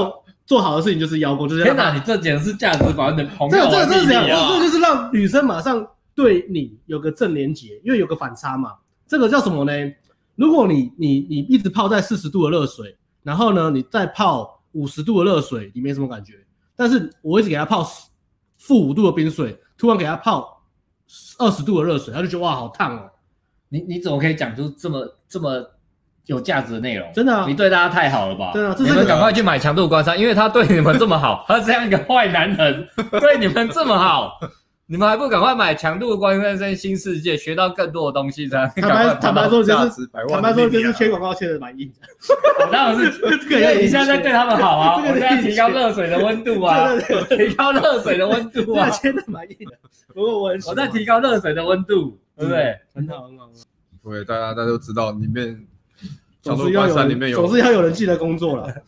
做好的事情就是邀功，就是天哪，你这简直是价值观的朋友这啊！ 是这样， 啊这就是让女生马上对你有个正连结，因为有个反差嘛。这个叫什么呢？如果你一直泡在40度的热水，然后呢你再泡50度的热水，你没什么感觉。但是我一直给他泡-5度的冰水，突然给他泡20度的热水，他就觉得哇好烫哦。 你怎么可以讲出这么有价值的内容？ 真的啊， 你对大家太好了吧？ 真的啊， 你们赶快去买强度关山，因为他对你们这么好，他这样一个坏男人对你们这么好，你们还不赶快买强度关山新世界，学到更多的东西才坦白说就是签广告签的蛮硬的。 我当然是因为你现在在对他们好啊，我现在提高热水的温度啊，提高热水的温度啊， 签的蛮硬的。不过我在提高热水的温度，对不对？ 很好很好。 对，大家都知道里面总是要有人记得工作了。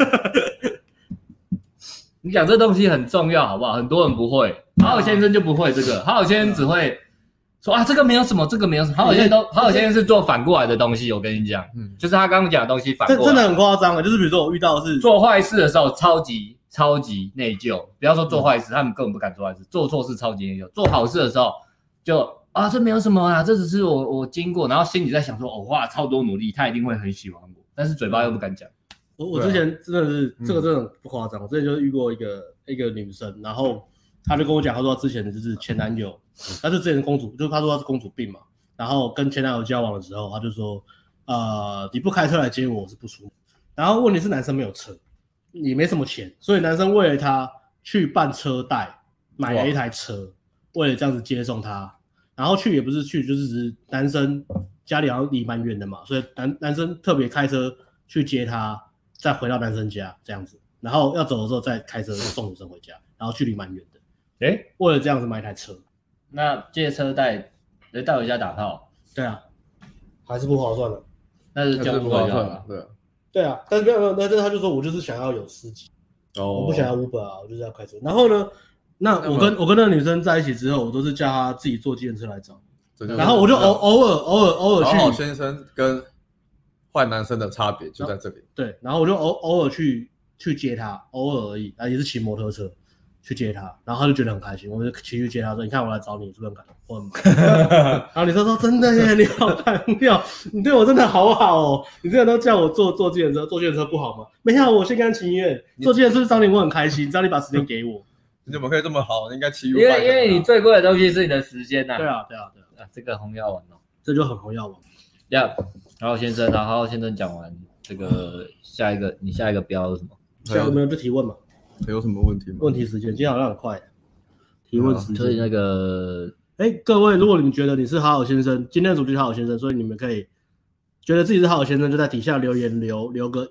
你讲这东西很重要，好不好？很多人不会，好好先生就不会这个，好好先生只会说啊，这个没有什么，这个没有什么。好好先生是做反过来的东西，我跟你讲，就是他刚刚讲的东西反过来。 这真的很夸张啊！就是比如说我遇到的是做坏事的时候，超级内疚。不要说做坏事，他们根本不敢做坏事，做错事超级内疚。做好事的时候就啊，这没有什么啊，这只是我经过，然后心里在想说，哦哇，超多努力，他一定会很喜欢我，但是嘴巴又不敢讲。 我之前真的是这个真的不夸张，我之前就是遇过一个女生，然后她就跟我讲，她说她之前就是前男友，她是之前公主，就是她说她是公主病嘛，然后跟前男友交往的时候，她就说，你不开车来接我是不舒服，然后问题是男生没有车，也没什么钱，所以男生为了她去办车贷，买了一台车，为了这样子接送她，然后去也不是去，就是只是男生家里好像离蛮远的嘛，所以男生特别开车去接她。再回到男生家这样子，然后要走的时候再开车送女生回家，然后距离蛮远的。为了这样子买一台车， 那借车贷到回家打炮？ 对啊，还是不划算的。 那是叫不划算了。 对啊，但是没有，但是他就说我就是想要有司机，我不想要 Uber 啊，我就是要开车。然后呢，那我跟那个女生在一起之后，我都是叫她自己坐计程车来找，然后我就偶尔去。 好先生跟坏男生的差别就在这里。 对，然后我就偶尔去接他，偶尔而已，也是骑摩托车去接他，然后他就觉得很开心，我就骑去接他说：“你看我来找你，是不是很感动？我很忙。”然后女生说：“真的耶，你好看妙，你对我真的好好哦，你这个都叫我坐计程车，坐计程车不好吗？没有，我心甘情愿坐计程车找你，我很开心，只要你把时间给我。” 你怎么可以这么好？应该骑因为你最贵的东西是你的时间呐。 对啊， 这个红药丸哦， 这就很红药丸。 好好先生，然后好好先生讲完这个，你下一个标是什么？ 下一个没有就提问嘛？ 有什么问题吗？ 问题时间今天好像很快，提问时间。 所以那个， 各位，如果你们觉得你是好好先生，今天的主题是好好先生，所以你们可以觉得自己是好好先生，就在底下留言留个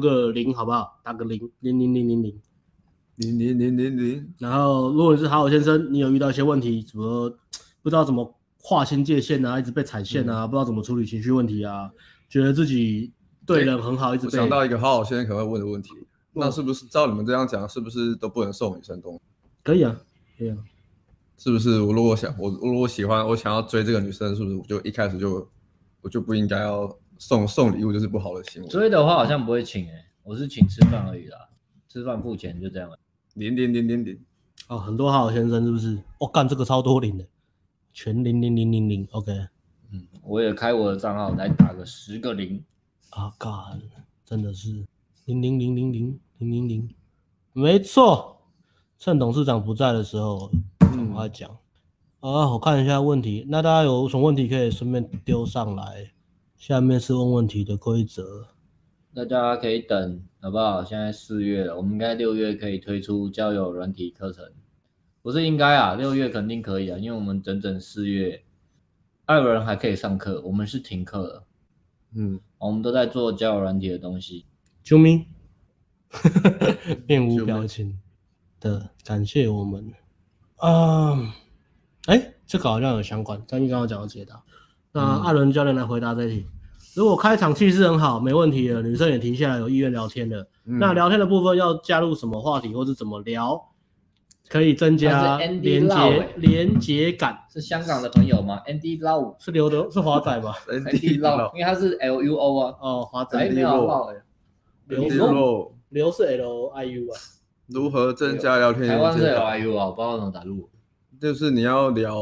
0，好不好？打个0000000。然后，如果你是好好先生，你有遇到一些问题，什么不知道怎么划清界限啊，一直被踩线啊，不知道怎么处理情绪问题啊，觉得自己对人很好，一直被。 我想到一个好好先生可能会问的问题，那是不是照你们这样讲，是不是都不能送女生东西？ 可以啊。 是不是我如果喜欢，我想要追这个女生，是不是我就一开始我就不应该要送礼物，就是不好的行为？ 追的话好像不会请我是请吃饭而已啦，吃饭付钱就这样了。 0。 哦，很多好好先生是不是？干这个超多0的，全00000。OK。 我也开我的账号来打个10个0。 干，真的是0000000。没错。趁董事长不在的时候，我讲。我看一下问题，那大家有什么问题可以顺便丢上来。下面是问问题的规则， 大家可以等，好不好？现在4月了，我们应该6月可以推出交友软体课程，不是应该啊，6月肯定可以啊，因为我们整整4月，艾伦还可以上课，我们是停课了。我们都在做交友软体的东西。 啾咪，面无表情的感谢我们。这个好像有相关，张毅刚刚讲到解答。那艾伦教练来回答这题。如果开场气势很好，没问题了，女生也停下来有意愿聊天了，那聊天的部分要加入什么话题或是怎么聊，可以增加连结感？是香港的朋友吗 ？Andy Lau 是华仔吗？Andy Lau， 因为他是 LUO 啊。华仔没有 Lau。 刘是 LIU 啊。 如何增加聊天台湾是连接感？ LIU 啊，我不知道怎么打入。 就是你要聊，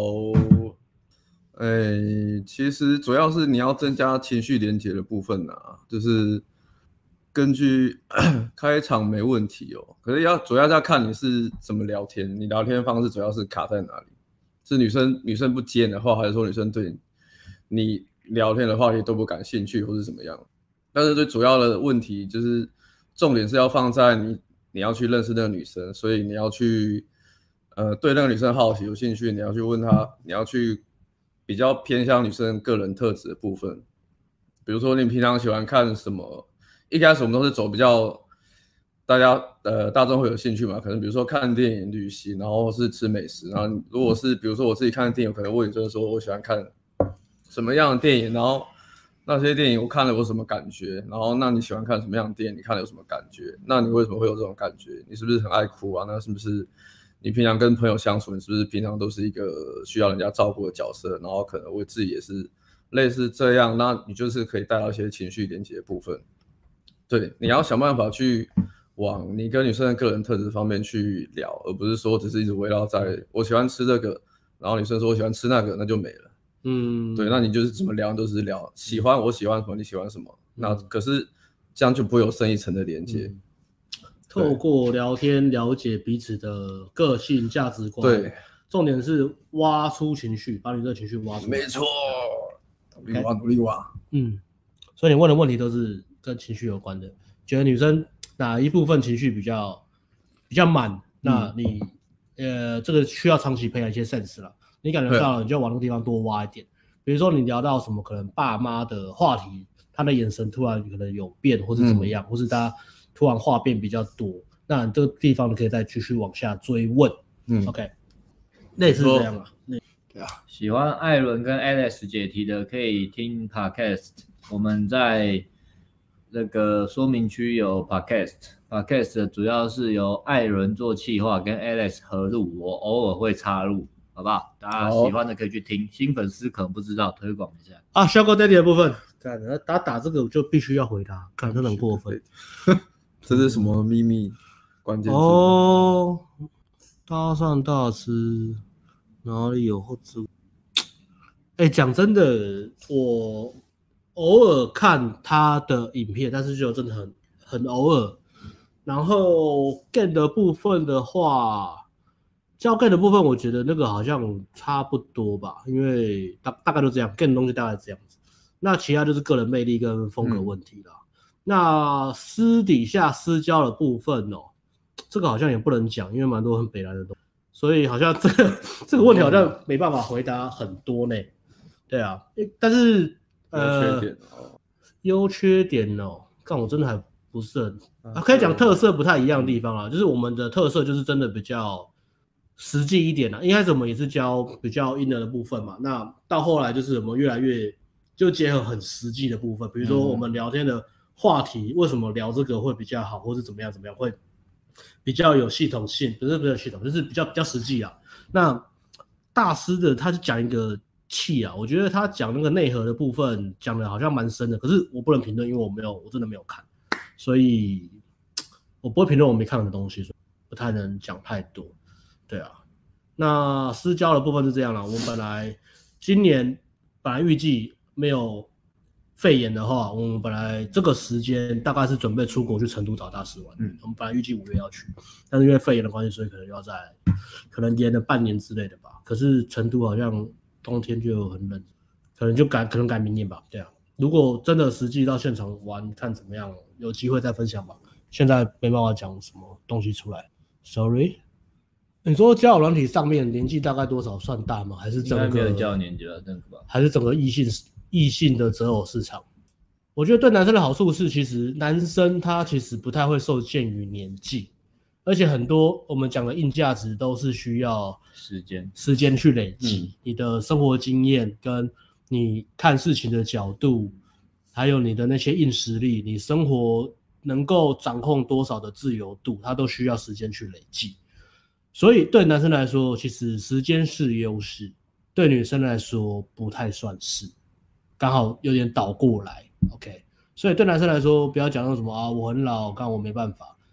其实主要是你要增加情绪连接的部分啊，就是根据开场没问题哦，可是主要要看你是怎么聊天，你聊天方式主要是卡在哪里，是女生不接你的话，还是说女生对你聊天的话题都不感兴趣，或是怎么样？但是最主要的问题就是重点是要放在你要去认识那个女生，所以你要去对那个女生好奇有兴趣，你要去问她，你要去比较偏向女生个人特质的部分，比如说你平常喜欢看什么，一开始我们都是走比较大众会有兴趣嘛，可能比如说看电影、旅行，然后是吃美食，然后如果是比如说我自己看的电影，我可能问女生说我喜欢看什么样的电影，然后那些电影我看了有什么感觉，然后那你喜欢看什么样的电影，你看了有什么感觉，那你为什么会有这种感觉，你是不是很爱哭啊，那是不是你平常跟朋友相处，你是不是平常都是一个需要人家照顾的角色，然后可能我自己也是类似这样，那你就是可以带到一些情绪连接的部分。对，你要想办法去往你跟女生的个人特质方面去聊，而不是说只是一直围绕在我喜欢吃这个，然后女生说我喜欢吃那个，那就没了。对，那你就是怎么聊都是聊我喜欢什么，你喜欢什么，那可是这样就不会有深一层的连接。 透过聊天了解彼此的个性、价值观。 对， 重点是挖出情绪，把你这个情绪挖出来。 没错，努力挖。 所以你问的问题都是跟情绪有关的。觉得女生哪一部分情绪比较满，那你这个需要长期培养一些 sense 啦。你感觉到了，你就往那个地方多挖一点。比如说你聊到什么可能爸妈的话题，他的眼神突然可能有变，或是怎么样，或是他突然话变比较多，那你这个地方你可以再继续往下追问。OK， 类似这样啊。 对啊， 喜欢艾伦跟 Alex 解题的可以听 Podcast， 我们在那个说明区有 Podcast 主要是由艾伦做企划，跟 Alex 合录，我偶尔会插入，好不好？大家喜欢的可以去听，新粉丝可能不知道，推广一下啊。Sugar Daddy 的部分，打这个我就必须要回答，看真的很过分。 这是什么秘密关键字？ 哦，搭上大师哪里有后置？讲真的，我偶尔看他的影片，但是就真的很偶尔。然后 Game 的部分的话，教 Game 的部分，我觉得那个好像差不多吧，因为大概都这样 ，Game 的东西大概这样子。那其他就是个人魅力跟风格问题啦。那私底下私交的部分哦，这个好像也不能讲，因为蛮多很北蓝的东西，所以好像这个问题好像没办法回答很多呢。对啊，但是优缺点哦，看我真的还不是很可以讲特色不太一样的地方啊，就是我们的特色就是真的比较实际一点啦。一开始我们也是教比较硬的部分嘛，那到后来就是我们越来越就结合很实际的部分，比如说我们聊天的话题，为什么聊这个会比较好，或是怎么样会比较有系统性，不是系统，就是比较实际啊。那大师的他就讲一个气啊，我觉得他讲那个内核的部分讲的好像蛮深的，可是我不能评论，因为我真的没有看，所以我不会评论我没看的东西，所以不太能讲太多。对啊，那私交的部分是这样啦，我们今年本来预计没有肺炎的话，我们本来这个时间大概是准备出国去成都找大师玩。我们本来预计5月要去，但是因为肺炎的关系，所以可能延了半年之类的吧。可是成都好像冬天就很冷，可能改明年吧。对啊，如果真的实际到现场玩，看怎么样，有机会再分享吧。现在没办法讲什么东西出来 ，sorry。你说交友软体上面年纪大概多少算大吗？还是整个应该没有交友年纪了，真的吧？ 还是整个异性的择偶市场？我觉得对男生的好处是，其实男生他其实不太会受限于年纪，而且很多我们讲的硬价值都是需要时间去累积，你的生活经验跟你看事情的角度，还有你的那些硬实力，你生活能够掌控多少的自由度，它都需要时间去累积。所以对男生来说，其实时间是优势，对女生来说不太算是，刚好有点倒过来 ，OK。所以对男生来说，不要讲那什么啊，我很老，干我没办法。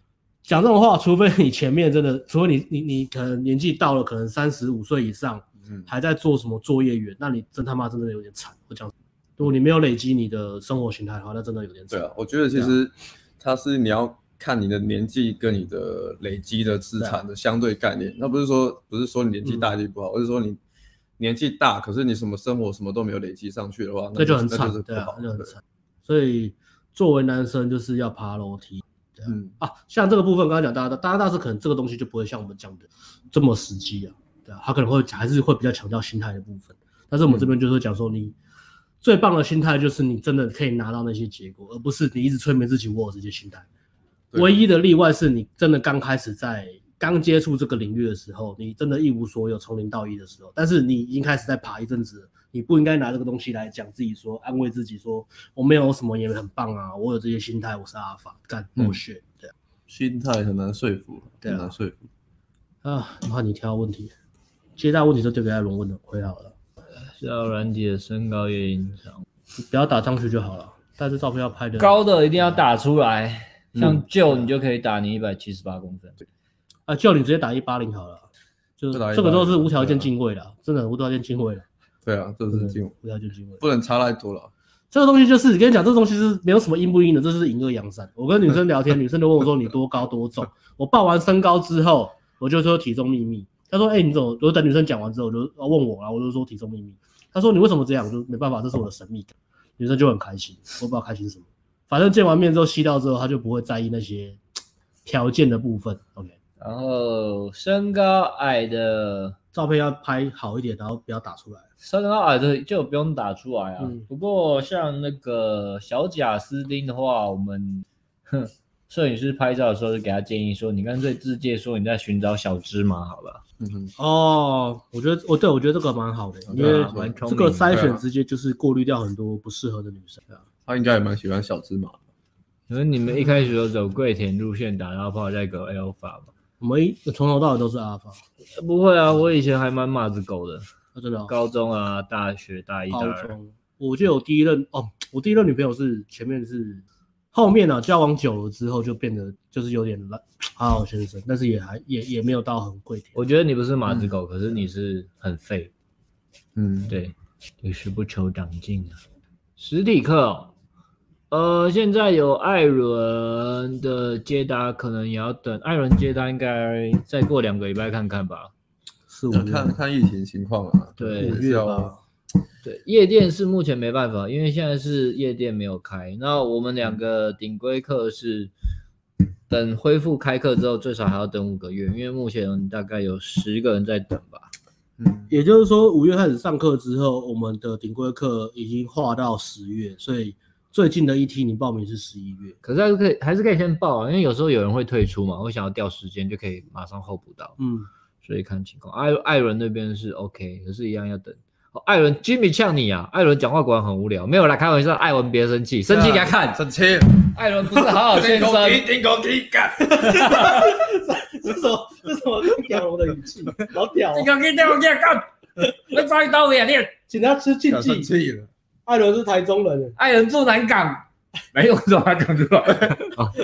讲这种话，除非你前面真的，除非你可能年纪到了，可能35岁以上，还在做什么作业员，那你真他妈真的有点惨。我讲，如果你没有累积你的生活形态的话，那真的有点惨。 对啊，我觉得其实它是你要看你的年纪跟你的累积的资产的相对概念。那不是说你年纪大一定不好，而是说你年纪大，可是你什么生活什么都没有累积上去的话， 那就很惨， 对啊， 那就很惨。所以作为男生就是要爬楼梯。像这个部分刚刚讲大是可能这个东西就不会像我们讲的这么实际啊，对啊，他可能还是会比较强调心态的部分，但是我们这边就是讲说你最棒的心态就是你真的可以拿到那些结果，而不是你一直催眠自己我有这些心态。唯一的例外是你真的刚开始在刚接触这个领域的时候，你真的一无所有，从0到1的时候，但是你已经开始在爬一阵子了，你不应该拿这个东西来讲自己说，安慰自己说我没有什么也很棒啊，我有这些心态，我是阿法，干bullshit，对啊， 心态很难说服， 对啊， 很难说服啊。然后你挑问题，接下来问题就丢给艾伦问的，回好了。 交友软体的身高也影响， 你不要打上去就好了，但是照片要拍的高的一定要打出来，像Joe你就可以打你178公分。 叫你直接打180好了，就这个都是无条件进位的，真的无条件进位的。 对啊，这是进位， 无条件进位， 不能差太多了。 这个东西就是跟你讲，这个东西是没有什么阴不阴的，这是隐恶扬善。我跟女生聊天，女生就问我说你多高多重，我报完身高之后，我就说体重秘密。她说你怎么？我等女生讲完之后，我就问我，然后我就说体重秘密。她说你为什么这样？我就没办法，这是我的神秘感。女生就很开心，我不知道开心什么。反正见完面之后吸到之后，她就不会在意那些条件的部分。OK。 然后身高矮的照片要拍好一点，然后不要打出来。 身高矮的就不用打出来啊。不过像那个小贾斯汀的话，我们摄影师拍照的时候就给他建议说，你干脆自介说你在寻找小芝麻好了。 我觉得我觉得这个蛮好的，因为这个筛选直接就是过滤掉很多不适合的女生。 他应该也蛮喜欢小芝麻的。 可是你们一开始就走跪田路线打到炮再搞 alpha 吧？ 我们从头到尾都是阿法。 不会啊，我以前还蛮马子狗的。 真的高中啊，大学大一、大二。 我记得我第一任女朋友是前面是，后面啊交往久了之后就变得就是有点好先生，但是也没有到很跪田。 我觉得你不是马子狗，可是你是很废。对，就是不求长进啊。实体课现在有艾伦的接搭，可能也要等。艾伦接搭应该再过2个礼拜看看吧。 看疫情情况啊。 对 ，5月吧。 对，夜店是目前没办法，因为现在是夜店没有开。那我们2个顶规课是等恢复开课之后，最少还要等5个月，因为目前大概有10个人在等吧。 也就是说5月开始上课之后，我们的顶规课已经划到10月，所以最近的一梯你报名是11月。 可是还是可以先报啊，因为有时候有人会退出嘛，会想要调时间，就可以马上候补到。所以看情况。艾伦那边是 OK， 可是一样要等。艾伦 Jimmy 呛你啊！艾伦讲话果然很无聊，没有来开玩笑。艾伦别生气，生气给他看， 生气。 艾伦不是好好先生。 顶狗踢干。 这什么跟屌龙的语气？老屌、 顶狗踢干！我抓一刀脸， 请他吃禁忌。 生气了。 艾伦是台中人， 艾伦住南港，没有说他讲出来。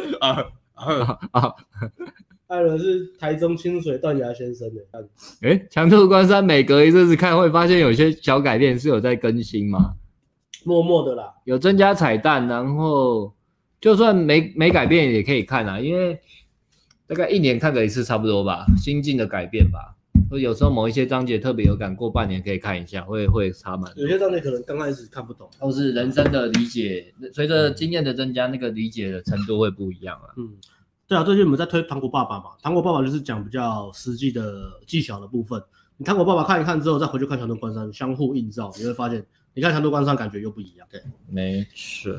艾伦是台中清水断崖先生的。强度关山每隔一阵子看会发现有些小改变是有在更新吗？ 默默的啦， 有增加彩蛋，然后就算没改变也可以看啊，因为大概1年看个一次差不多吧，心境的改变吧。或有时候某一些章节特别有感，过半年可以看一下，会差蛮多。 有些章节可能刚开始看不懂， 或是人生的理解，随着经验的增加，那个理解的程度会不一样啊。 对啊，最近我们在推糖果爸爸嘛，糖果爸爸就是讲比较实际的技巧的部分。你糖果爸爸看一看之后，再回去看强度关山，相互映照，你会发现，你看强度关山感觉又不一样。对， 没错。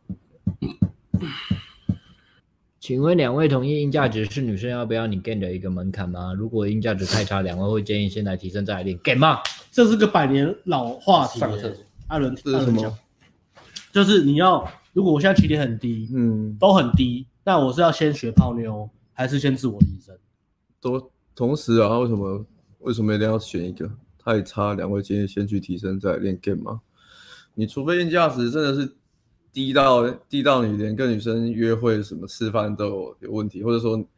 请问2位同意硬价值是女生要不要你 gain 的一个门槛吗？如果硬价值太差，2位会建议先来提升再来练 gain 吗？ 这是个100年老话题。艾伦，这是什么？就是你要，如果我现在起点很低，都很低。那我是要先学泡妞，还是先自我提升？ 都同时啊，为什么一定要选一个？太差，2位建议先去提升再来练 game 吗？你除非硬价值真的是低到你连跟女生约会什么吃饭都有问题，或者说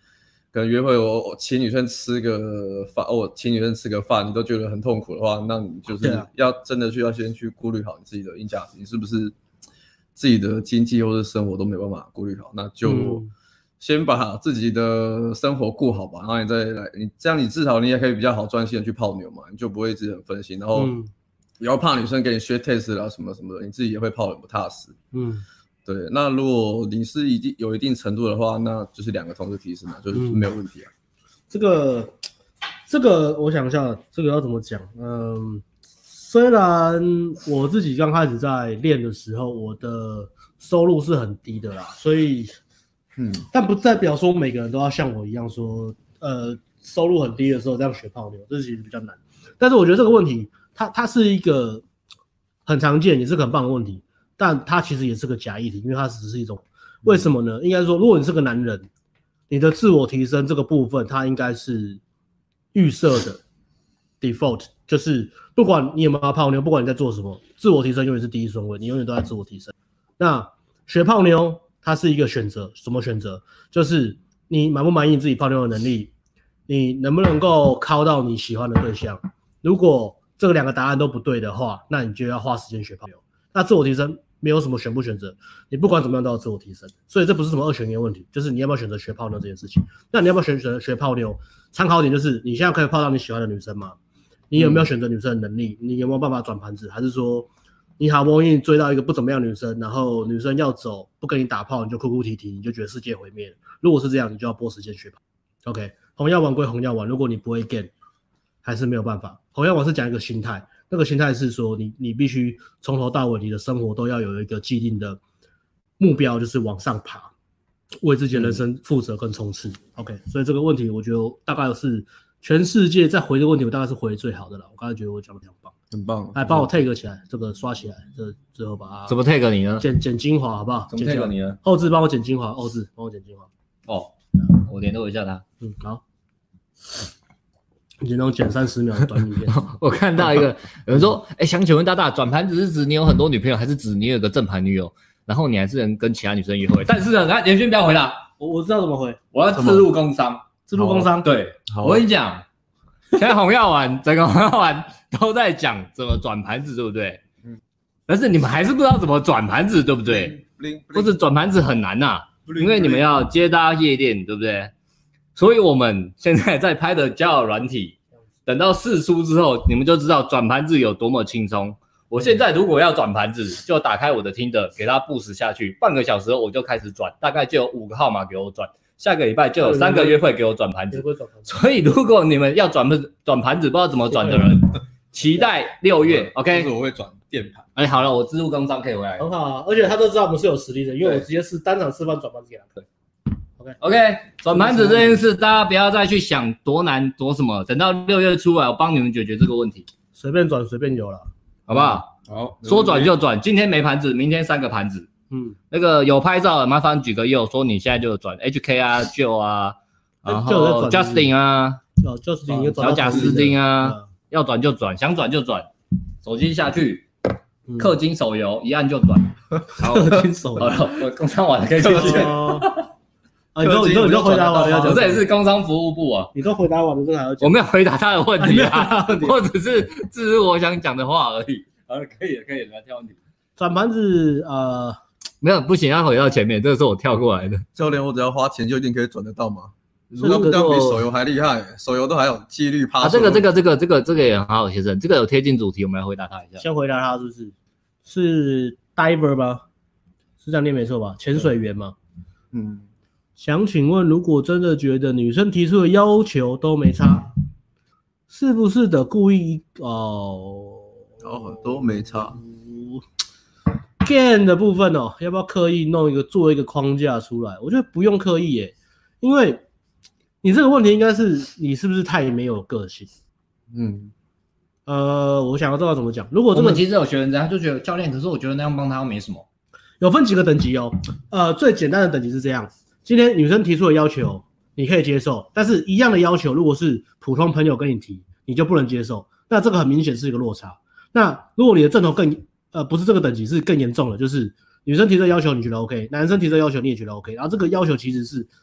可能约会我请女生吃个饭，我请女生吃个饭，你都觉得很痛苦的话，那你就是要真的要先去顾虑好你自己的硬价值，你是不是自己的经济或者生活都没办法顾虑好，那就先把自己的生活顾好吧，然后你再来，你这样你至少你也可以比较好专心的去泡妞嘛，你就不会一直很分心，然后也要怕女生给你学 test 啦什么什么的，你自己也会泡得不踏实。对，那如果你是有一定程度的话，那就是2个同时提升嘛，就是没有问题啊。 这个我想一下，这个要怎么讲？虽然我自己刚开始在练的时候，我的收入是很低的啦，所以但不代表说每个人都要像我一样说，收入很低的时候这样学泡妞，这其实比较难。但是我觉得这个问题，它是一个很常见，也是个很棒的问题。但它其实也是个假议题，因为它只是一种为什么呢？应该说，如果你是个男人，你的自我提升这个部分，它应该是预设的 default， 就是不管你有没有泡妞，不管你在做什么，自我提升永远是第一顺位，你永远都在自我提升。那学泡妞，它是一个选择，什么选择？就是你满不满意你自己泡妞的能力，你能不能够靠到你喜欢的对象？如果这2个答案都不对的话，那你就要花时间学泡妞。那自我提升没有什么选不选择，你不管怎么样都要自我提升，所以这不是什么2选1的问题，就是你要不要选择学泡妞这件事情。那你要不要选择学泡妞？参考点就是你现在可以泡到你喜欢的女生吗？你有没有选择女生的能力？你有没有办法转盘子？还是说你好不容易追到一个不怎么样的女生，然后女生要走不跟你打炮，你就哭哭啼啼，你就觉得世界毁灭了？如果是这样，你就要拨时间学泡。OK， 红药丸归红药丸，如果你不会 get， 还是没有办法。红药丸是讲一个心态。那个心态是说你必须从头到尾你的生活都要有一个既定的目标，就是往上爬，为自己的人生负责跟冲刺。OK， 所以这个问题我觉得大概是全世界在回这个问题，我大概是回最好的了。我刚才觉得我讲的很棒， 很棒。 来帮我 take 起来，这个刷起来，这最后把它怎么 take 你呢？ 剪精华好不好？ 怎么 take 你呢？ 后置帮我剪精华，后置帮我剪精华。 哦，我联络一下他。 好。你那种剪30秒的短影片， 我看到一个有人说，想请问大大，转盘子是指你有很多女朋友，还是指你有个正牌女友，然后你还是能跟其他女生约会？但是呢，严轩不要回答， 我知道怎么回， 我要自入工商，对，我跟你讲，现在红药丸整个红药丸都在讲怎么转盘子，对不对？但是你们还是不知道怎么转盘子，对不对？或者转盘子很难呐，因为你们要接搭夜店，对不对？所以我们现在在拍的交友软体，等到释出之后，你们就知道转盘子有多么轻松。我现在如果要转盘子，就打开我的 Tinder， 给它 boost 下去，半个小时后我就开始转，大概就有5个号码给我转，下个礼拜就有3个约会给我转盘子。所以如果你们要转盘子不知道怎么转的人，期待6月 ，OK？ 就是我会转电盘。 好了，我自入工商可以回来， 很好啊，而且他都知道我们是有实力的，因为我直接是当场示范转盘子给他看。 OK， 转盘子这件事，大家不要再去想多难多什么，等到6月出来，我帮你们解决这个问题， 随便转随便有了， 好不好？ 好， 说转就转，今天没盘子，明天3个盘子。那个有拍照的，麻烦举个右，说你现在就转 HK 啊、Joe 啊，然后 Justin 啊 ，Justin 小贾斯汀啊，要转就转，想转就转，手机下去，氪金手游一按就转。 氪金手游， 好了，我工商完了可以继续。 你都回答完了要讲， 这也是工商服务部啊。 你都回答完了，这还要讲？ 我没有回答他的问题啊，我只是我想讲的话而已。好了，可以了，来挑问题。 转盘子没有不行，要回到前面，这个是我跳过来的。 教练，我只要花钱就一定可以转得到吗？这样比手游还厉害，手游都还有几率趴。 这个也很好，先生，这个有贴近主题，我们来回答他一下。 先回答他是不是？是 diver 吗？是这样念没错吧？潜水员吗？想请问，如果真的觉得女生提出的要求都没差，是不是得故意都没差 ？Gain 的部分要不要刻意做一个框架出来？我觉得不用刻意耶，因为你这个问题应该是你是不是太没有个性？我想要知道怎么讲。如果这个其实有学员他就觉得教练，可是我觉得那样帮他又没什么。 有分几个等级最简单的等级是这样。今天女生提出的要求你可以接受，但是一样的要求如果是普通朋友跟你提，你就不能接受，那这个很明显是一个落差。那如果你的阵头不是这个等级，是更严重的，就是女生提出的要求你觉得 OK， 男生提出的要求你也觉得 OK， 然后这个要求其实是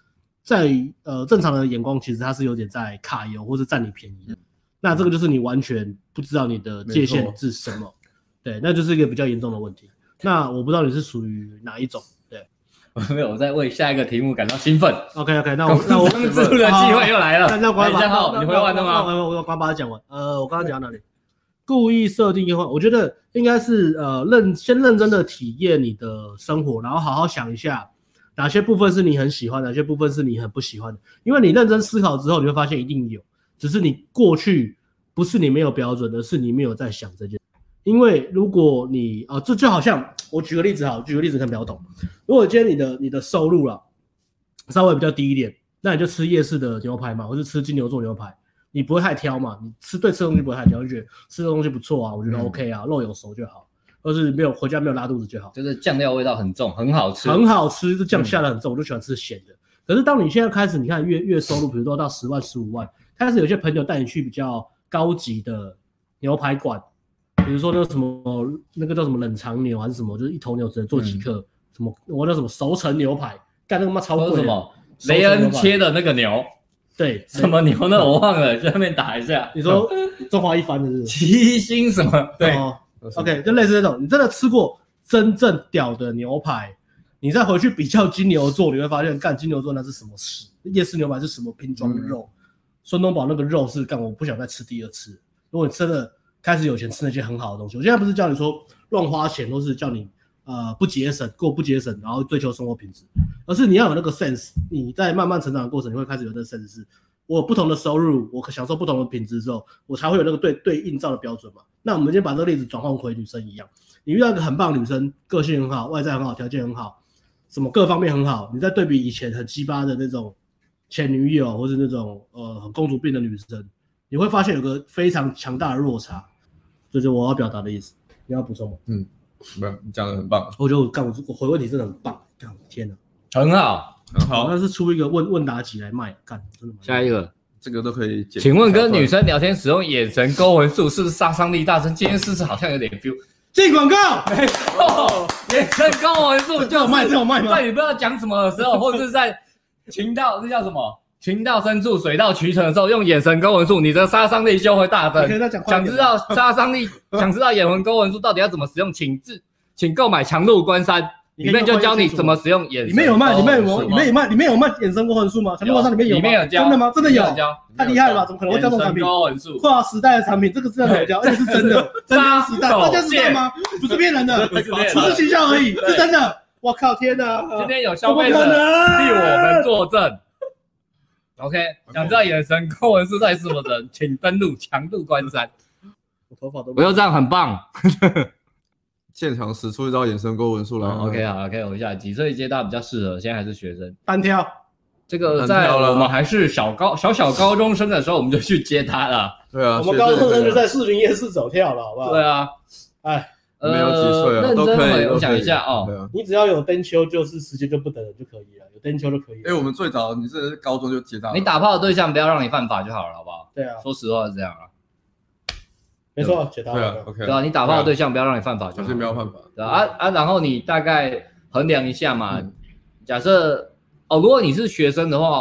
在正常的眼光，其实它是有点在卡油或是占你便宜的。那这个就是你完全不知道你的界限是什么，对，那就是一个比较严重的问题。那我不知道你是属于哪一种，对。 没有，我在为下一个题目感到兴奋。 OK， 那我自录的机会又来了。 那关家浩，你会玩的吗？ 我刚把它讲完。我刚刚讲到哪里？故意设定优化，我觉得应该是先认真的体验你的生活，然后好好想一下哪些部分是你很喜欢，哪些部分是你很不喜欢的。因为你认真思考之后，你会发现一定有，只是你过去不是你没有标准，而是你没有在想这件。因为如果你这就好像我举个例子可能比较懂。如果今天你的收入啦稍微比较低一点，那你就吃夜市的牛排嘛，或是吃金牛座牛排。你不会太挑嘛？你吃的东西不会太挑，就觉得吃的东西不错啊，我觉得 OK 啊，肉有熟就好，或是回家没有拉肚子就好。 就是酱料味道很重，很好吃， 很好吃，这酱下得很重，我就喜欢吃咸的。可是当你现在开始，你看月收入，比如说到10万、15万，开始有些朋友带你去比较高级的牛排馆，比如说那个叫什么冷藏牛还是什么，就是一头牛只能做几克，什么我叫什么熟成牛排，干那个妈超贵的。 什么雷恩切的那个牛？ 对， 什么牛呢？我忘了，在那边打一下。 你说中华一番的是七星什么？对、 OK， 就类似那种，你真的吃过真正屌的牛排，你再回去比较金牛座，你会发现，干金牛座那是什么屎？夜市牛排是什么拼装肉？孙东宝那个肉是干，我不想再吃第二次。如果你真的开始有钱吃那些很好的东西，我现在不是叫你说乱花钱，都是叫你不节省，然后追求生活品质，而是你要有那个 sense。你在慢慢成长的过程，你会开始有这个 sense， 是我有不同的收入，我享受不同的品质之后，我才会有那个对映照的标准嘛。那我们今天把这个例子转换回女生一样，你遇到一个很棒的女生，个性很好，外在很好，条件很好，什么各方面很好，你在对比以前很鸡巴的那种前女友，或是那种很公主病的女生，你会发现有个非常强大的落差，这就是我要表达的意思。你要补充吗？ 没有，你讲的很棒。 我觉得我回问题真的很棒，干天哪， 很好， 很好。 那是出一个问答集来卖，干真的。 下一个， 这个都可以解。 请问跟女生聊天使用眼神勾魂术是不是杀伤力大增？今天试试好像有点 feel。 进广告， 没错，眼神勾魂术就有卖吗？ 在你不知道讲什么的时候，或是在情到这叫什么？情到深处水到渠成的时候，用眼神勾魂术，你的杀伤力就会大增。想知道杀伤力，想知道眼神勾魂术到底要怎么使用，请购买强度关山，里面就教你怎么使用眼神。 里面有卖眼神勾魂术吗？强度关山里面有吗？ 里面有教， 真的吗？真的有，太厉害了吧？怎么可能会教这种产品？ 勾魂术， 跨时代的产品，这个真的有教，而且是真的，真的时代，大家时代吗？不是骗人的，不是形象而已，是真的。我靠，天哪！ 今天有消费者替我们作证。OK， 想知道眼神勾魂术在什么人，请登录强度关山。 我头发都我又这样很棒， 现场使出一招眼神勾魂术来。 OK 好 ，OK， 我下几岁接大比较适合，现在还是学生。 单挑， 这个在我们还是小高中生的时候，我们就去接他了。 对啊， 我们高中生就在士林夜市走跳了，好不好？ 对啊， 哎， 没有几岁啊， 认真都可以。 我想一下哦， 你只要有灯秋，就是时间就不等人就可以了，有灯秋就可以了。 我们最早你是高中就接到， 你打炮的对象不要让你犯法就好了，好不好？ 对啊， 说实话是这样啊。 没错，解答了。 对啊 ，OK， 对啊，你打炮的对象不要让你犯法就好， 不要犯法。 对啊，然后你大概衡量一下嘛。假设如果你是学生的话，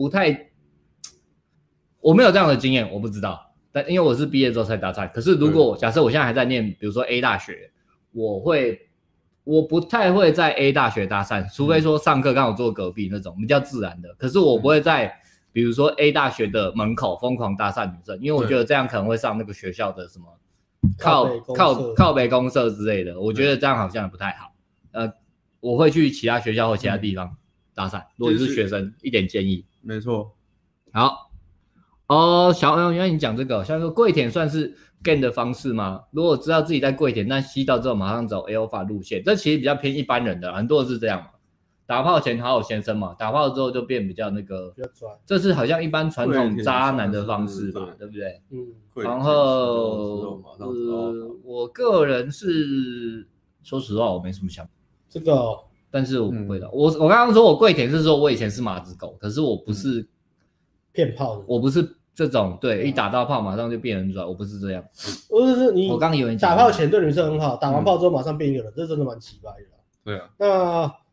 我没有这样的经验，我不知道。但因为我是毕业之后才搭讪，可是如果假设我现在还在念，比如说 A 大学，我不太会在 A 大学搭讪，除非说上课刚好坐隔壁那种比较自然的。可是我不会在比如说 A 大学的门口疯狂搭讪女生，因为我觉得这样可能会上那个学校的什么靠北公社之类的，我觉得这样好像不太好。我会去其他学校或其他地方搭讪。如果你是学生，一点建议。 没错。 好。原来你讲这个，像说跪舔算是 gay 的方式吗？如果知道自己在跪舔，但吸到之后马上走 alpha 路线，这其实比较偏一般人的，很多人是这样嘛。打炮前好好先生嘛，打炮之后就变比较那个，这是好像一般传统渣男的方式吧，对不对？然后我个人是说实话我没什么想法这个但是我不会的。我刚刚说我跪舔是说我以前是马子狗，可是我不是骗炮的， 我不是这种对一打到炮马上就变人拽，我不是这样。 我刚以为打炮前对女生很好，打完炮之后马上变一个人，这真的蛮奇怪的。 对啊。 那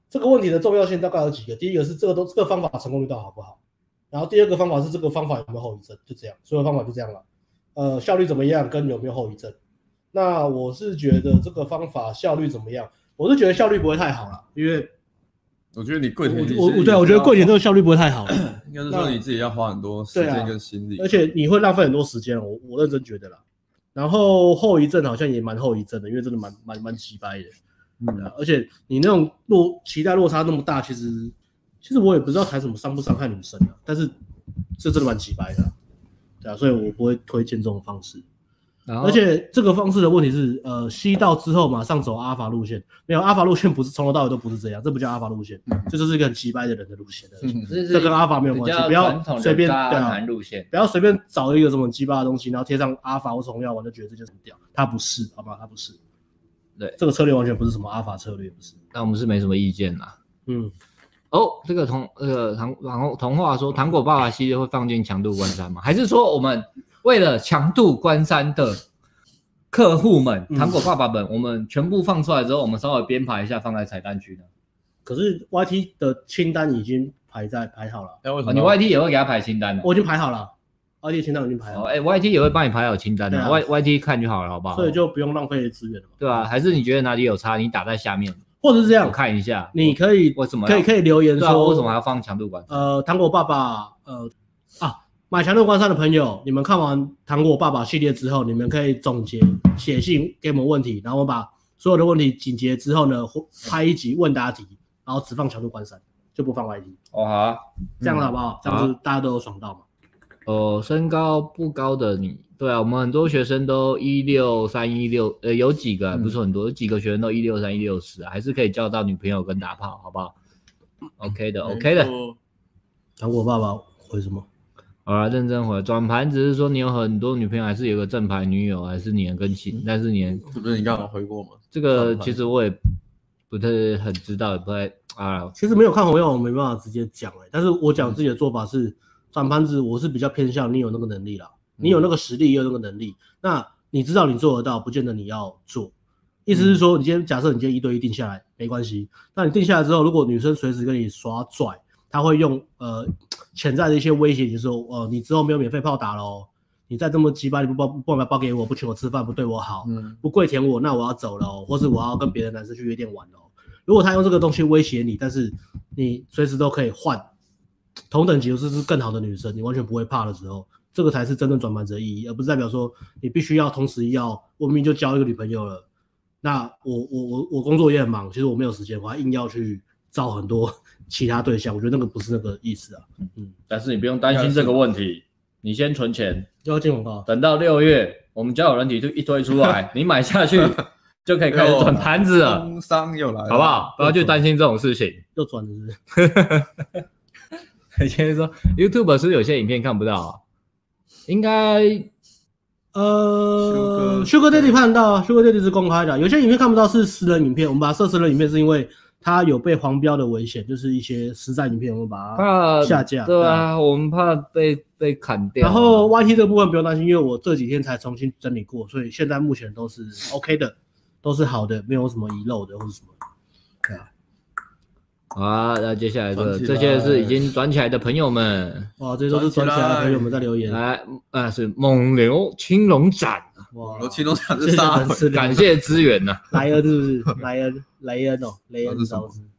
这个问题的重要性大概有几个，第一个是这个方法成功率到好不好，然后第二个方法是这个方法有没有后遗症，就这样，所有方法就这样了。效率怎么样跟有没有后遗症。那我是觉得这个方法效率怎么样？我是觉得效率不会太好了，因为我觉得你跪田， 我觉得跪田这个效率不会太好， 应该是说你自己要花很多时间跟心力， 而且你会浪费很多时间，我认真觉得啦。然后后遗症好像也蛮后遗症的，因为真的蛮鸡掰的。而且你那种期待落差那么大，其实我也不知道谈什么伤不伤害女生啊，但是这真的蛮鸡掰的，对啊，所以我不会推荐这种方式。而且这个方式的问题是，吸到之后马上走阿法路线，没有阿法路线不是从头到尾都不是这样，这不叫阿法路线，这就是一个很鸡掰的人的路线这跟阿法没有关系，不要随便路线，不要随便找一个什么鸡巴的东西，然后贴上阿法或虫药丸就觉得这就是很屌，它不是，好吧，它不是。对，这个策略完全不是什么阿法策略，不是。 那我们是没什么意见啦。这个童话说糖果爸爸系列会放进强度关山吗？还是说我们为了强度关山的客户们，糖果爸爸们，我们全部放出来之后，我们稍微编排一下放在彩蛋区呢？ 可是 YT 的清单已经排好了。 你 YT 也会给他排清单的？ 我已经排好了。YT 清单已经排好了 YT 也会帮你排好清单的，YT 看就好了，好不好？ 所以就不用浪费资源了嘛。 对啊，还是你觉得哪里有差，你打在下面， 或者是这样， 我看一下。 你可以为什么可以留言说为什么还要放强度关山？ 糖果爸爸买强度关山的朋友，你们看完糖果爸爸系列之后，你们可以总结写信给我们问题，然后我把所有的问题紧结之后呢，拍一集问答题，然后只放强度关山，就不放 YT。 好啊， 这样好不好？这样子大家都有爽到嘛。 身高不高的你，对啊，我们很多学生都16316，有几个不是很多，有几个学生都163、160啊，还是可以交到女朋友跟打炮，好不好 ？OK 的。 糖果爸爸回什么？ 好啦，认真回。转盘只是说你有很多女朋友，还是有个正牌女友，还是你的更新？但是你不是你刚刚回过吗？ 这个其实我也不太很知道，也不太啊。 其实没有看红药，我没办法直接讲但是我讲自己的做法是。转盘子我是比较偏向你有那个能力啦，你有那个实力也有那个能力，那你知道你做得到，不见得你要做。意思是说，你假设你今天1对1定下来没关系，那你定下来之后，如果女生随时跟你耍拽，她会用潜在的一些威胁，就是说你之后没有免费炮打咯，你再这么鸡巴，你不包给我，不请我吃饭，不对我好，不跪舔我，那我要走了或是我要跟别的男生去夜店玩如果他用这个东西威胁你，但是你随时都可以换。同等级就是更好的女生，你完全不会怕的时候，这个才是真正转盘子的意义，而不是代表说你必须要同时我明明就交一个女朋友了，那我工作也很忙，其实我没有时间，我还硬要去找很多其他对象，我觉得那个不是那个意思啊。 但是你不用担心这个问题，你先存钱， 就要进广告， 等到6月我们交友软体就一推出来，你买下去就可以开始转盘子了， 工商又来了， 好不好？不要去担心这种事情。 又转了是不是？ 以前说 YouTube 是不是有些影片看不到啊？应该 Sugar Daddy 看得到啊 ，Sugar Daddy 是公开的，有些影片看不到是私人影片，我们把它设私人影片是因为它有被黄标的危险，就是一些实战影片我们把它下架。 对啊，我们怕被砍掉。 然后 YT 这个部分不用担心，因为我这几天才重新整理过，所以现在目前都是 OK 的，都是好的，没有什么遗漏的或者什么。对啊。 好啊，那接下来这些是已经转起来的朋友们， 哇，这都是转起来的朋友们在留言。 来，是蒙牛青龙斩， 哇，青龙斩是啥？ 感谢支援呐， 莱恩是不是？雷恩招式。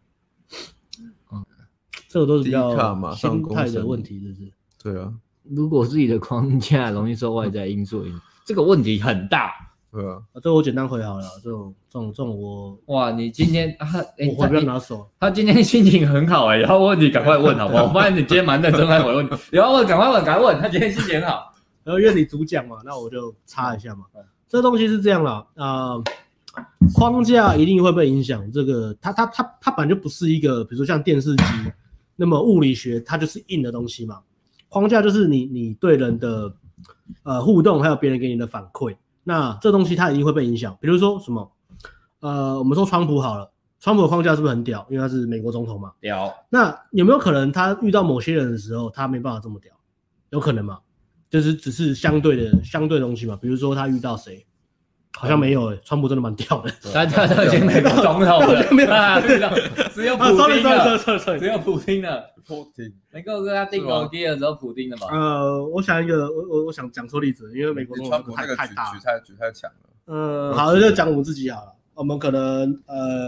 这个都是比较心态的问题，是不是？ 对啊， 如果自己的框架容易受外在因素影响，这个问题很大。 对啊， 这我简单回好了。这种我哇，你今天我回不要拿手。 他今天心情很好然后问你赶快问好不好？我发现你今天蛮认真在回问你，有要问赶快问。他今天心情很好， 然后因为你主讲嘛，那我就插一下嘛。这东西是这样啦，框架一定会被影响。这个它本来就不是一个，比如说像电视机，那么物理学它就是硬的东西嘛。框架就是你对人的互动，还有别人给你的反馈。那这东西它一定会被影响，比如说什么，我们说川普好了，川普的框架是不是很屌？因为他是美国总统嘛。 屌。 那有没有可能他遇到某些人的时候，他没办法这么屌？有可能嘛？就是只是相对的东西嘛。比如说他遇到谁， 好像没有川普真的蛮屌的。 大家都已经美国总统了，没有，只有普丁了，只有普丁了。能够跟他定高低的只有普丁的吧？ 我想一个，我想讲错例子，因为美国总统太大了， 举太强了。 好，就讲我们自己好了。我们可能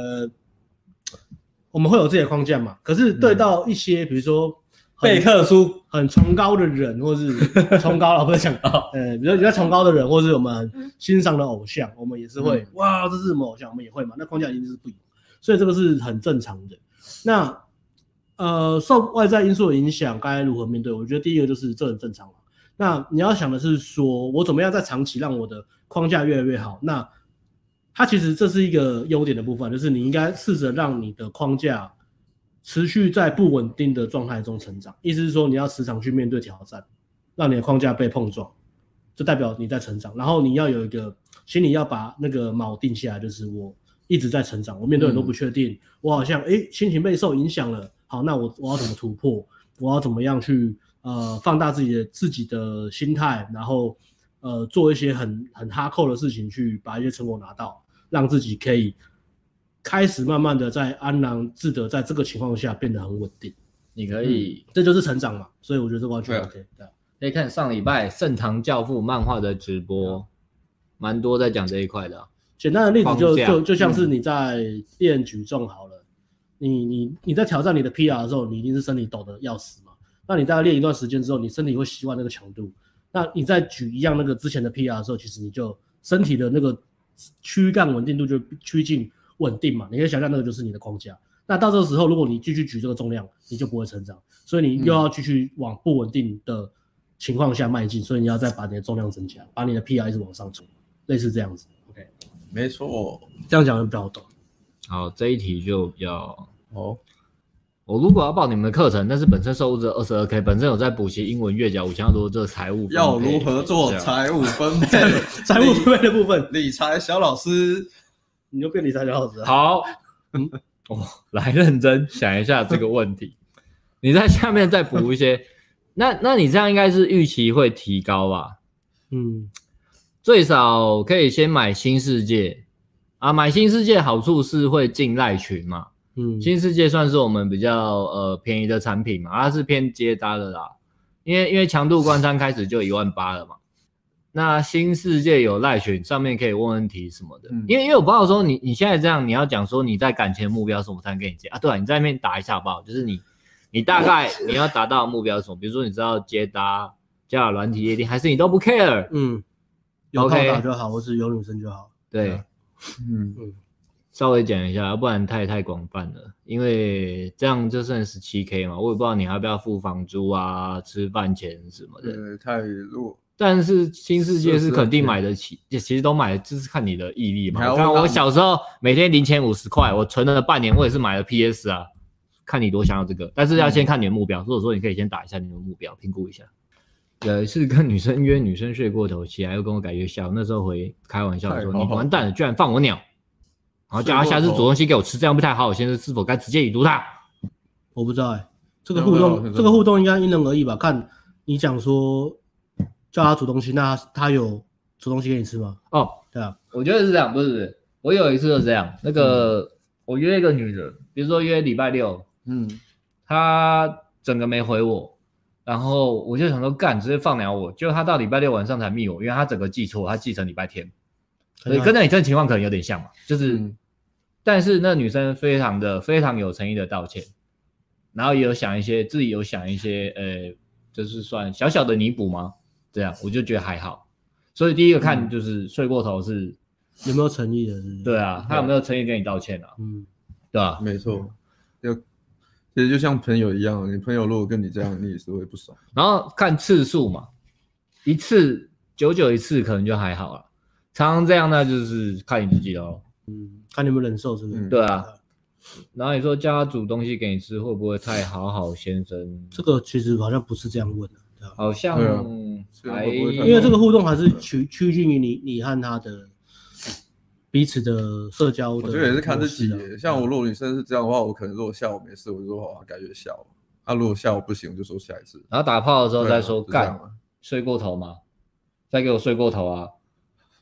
我们会有自己的框架嘛，可是对到一些比如说贝克书很崇高的人，或是崇高了不是讲比较崇高的人，或是我们很欣赏的偶像，我们也是会哇，这是什么偶像，我们也会嘛。那框架一定是不一样，所以这个是很正常的。那受外在因素的影响，该如何面对？我觉得第一个就是这很正常嘛。那你要想的是说，我怎么样在长期让我的框架越来越好？那它其实这是一个优点的部分，就是你应该试着让你的框架持续在不稳定的状态中成长。意思是说，你要时常去面对挑战，让你的框架被碰撞，就代表你在成长。然后你要有一个心里要把那个锚定下来，就是我一直在成长，我面对很多不确定，我好像心情被受影响了。好，那我要怎么突破？我要怎么样去放大自己的心态，然后做一些很哈扣的事情，去把一些成果拿到，让自己可以开始慢慢的在安然自得，在这个情况下变得很稳定。 你可以， 这就是成长嘛，所以我觉得这完全 OK。 可以看上礼拜《圣堂教父》漫画的直播，蛮多在讲这一块的。 简单的例子就像是你在练举重好了。你在挑战你的 PR 的时候，你一定是身体抖得要死嘛。那你大概练一段时间之后，你身体会习惯那个强度。那你在举一样那个之前的 PR 的时候，其实你就身体的那个躯干稳定度就趋近稳定嘛。你可以想象那个就是你的框架。那到这个时候，如果你继续举这个重量，你就不会成长。所以你又要继续往不稳定的情况下迈进，所以你要再把你的重量增加，把你的 PR 一直往上冲，类似这样子。OK， 没错， 这样讲就比较懂。 好，这一题就比较我如果要报你们的课程，但是本身收入只有 22K， 本身有在补习英文、月缴5000多，这财务分配要如何做财务分配？ 财务分配的部分， 理财小老师， 你就变理财小老师了。 好，来认真想一下这个问题。你在下面再补一些，那你这样应该是预期会提高吧？最少可以先买新世界啊，买新世界好处是会进赖群嘛。新世界算是我们比较便宜的产品嘛，它是偏接搭的啦，因为强度关餐开始就18000了嘛。那新世界有赖群，上面可以问问题什么的。因为我不知道说你现在这样，你要讲说你在感情目标什么才能跟你接啊？对啊，你在那边打一下好不好？就是你大概你要达到的目标是什么？比如说你知道接搭、交友软体夜店，还是你都不 care？ 有炮打就好，或是有女生就好。 对，稍微讲一下，要不然太广泛了，因为这样就剩17K 嘛，我也不知道你要不要付房租啊、吃饭钱什么的。 太弱。 但是新世界是肯定买得起，其实都买，就是看你的毅力嘛。我看我小时候每天零钱50块，我存了半年，我也是买了 PS 啊。看你多想要这个，但是要先看你的目标。所以说你可以先打一下你的目标，评估一下。有一次跟女生约，女生睡过头，起来又跟我改约笑，那时候回开玩笑说：“你完蛋了，居然放我鸟！”然后叫他下次煮东西给我吃，这样不太好。我先生是否该直接已读他？ 我不知道这个互动应该因人而异吧？看你讲说叫他煮东西，那他有煮东西给你吃吗？对啊， 我觉得是这样，不是我有一次就是这样，那个我约一个女人，比如说约礼拜6，她整个没回我，然后我就想说干，直接放鸟我，结果她到礼拜6晚上才密我，因为她整个记错，她记成礼拜天，所以跟那女生情况可能有点像嘛，就是但是那女生非常有诚意的道歉，然后也有想一些自己有想一些就是算小小的弥补吗？这样我就觉得还好。所以第一个看就是睡过头是有没有诚意的，是不是？ 对啊，他有没有诚意跟你道歉啊？对吧？ 没错，其实就像朋友一样，你朋友如果跟你这样，你也是会不爽。 然后看次数嘛，一次久一次可能就还好了，常常这样那就是看你自己咯。 看你们忍受是不是？ 对啊。然后你说叫他煮东西给你吃，会不会太好先生？ 这个其实好像不是这样问的， 好像还因为这个互动还是趋近于你和他的彼此的社交的。 我觉得也是看自己，像我如果女生是这样的话，我可能如果下午没事，我就说好改约下午。如果下午不行，我就说下一次。 然后打炮的时候再说干睡过头嘛，再给我睡过头啊。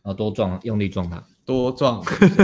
后多撞，用力撞他。 多撞。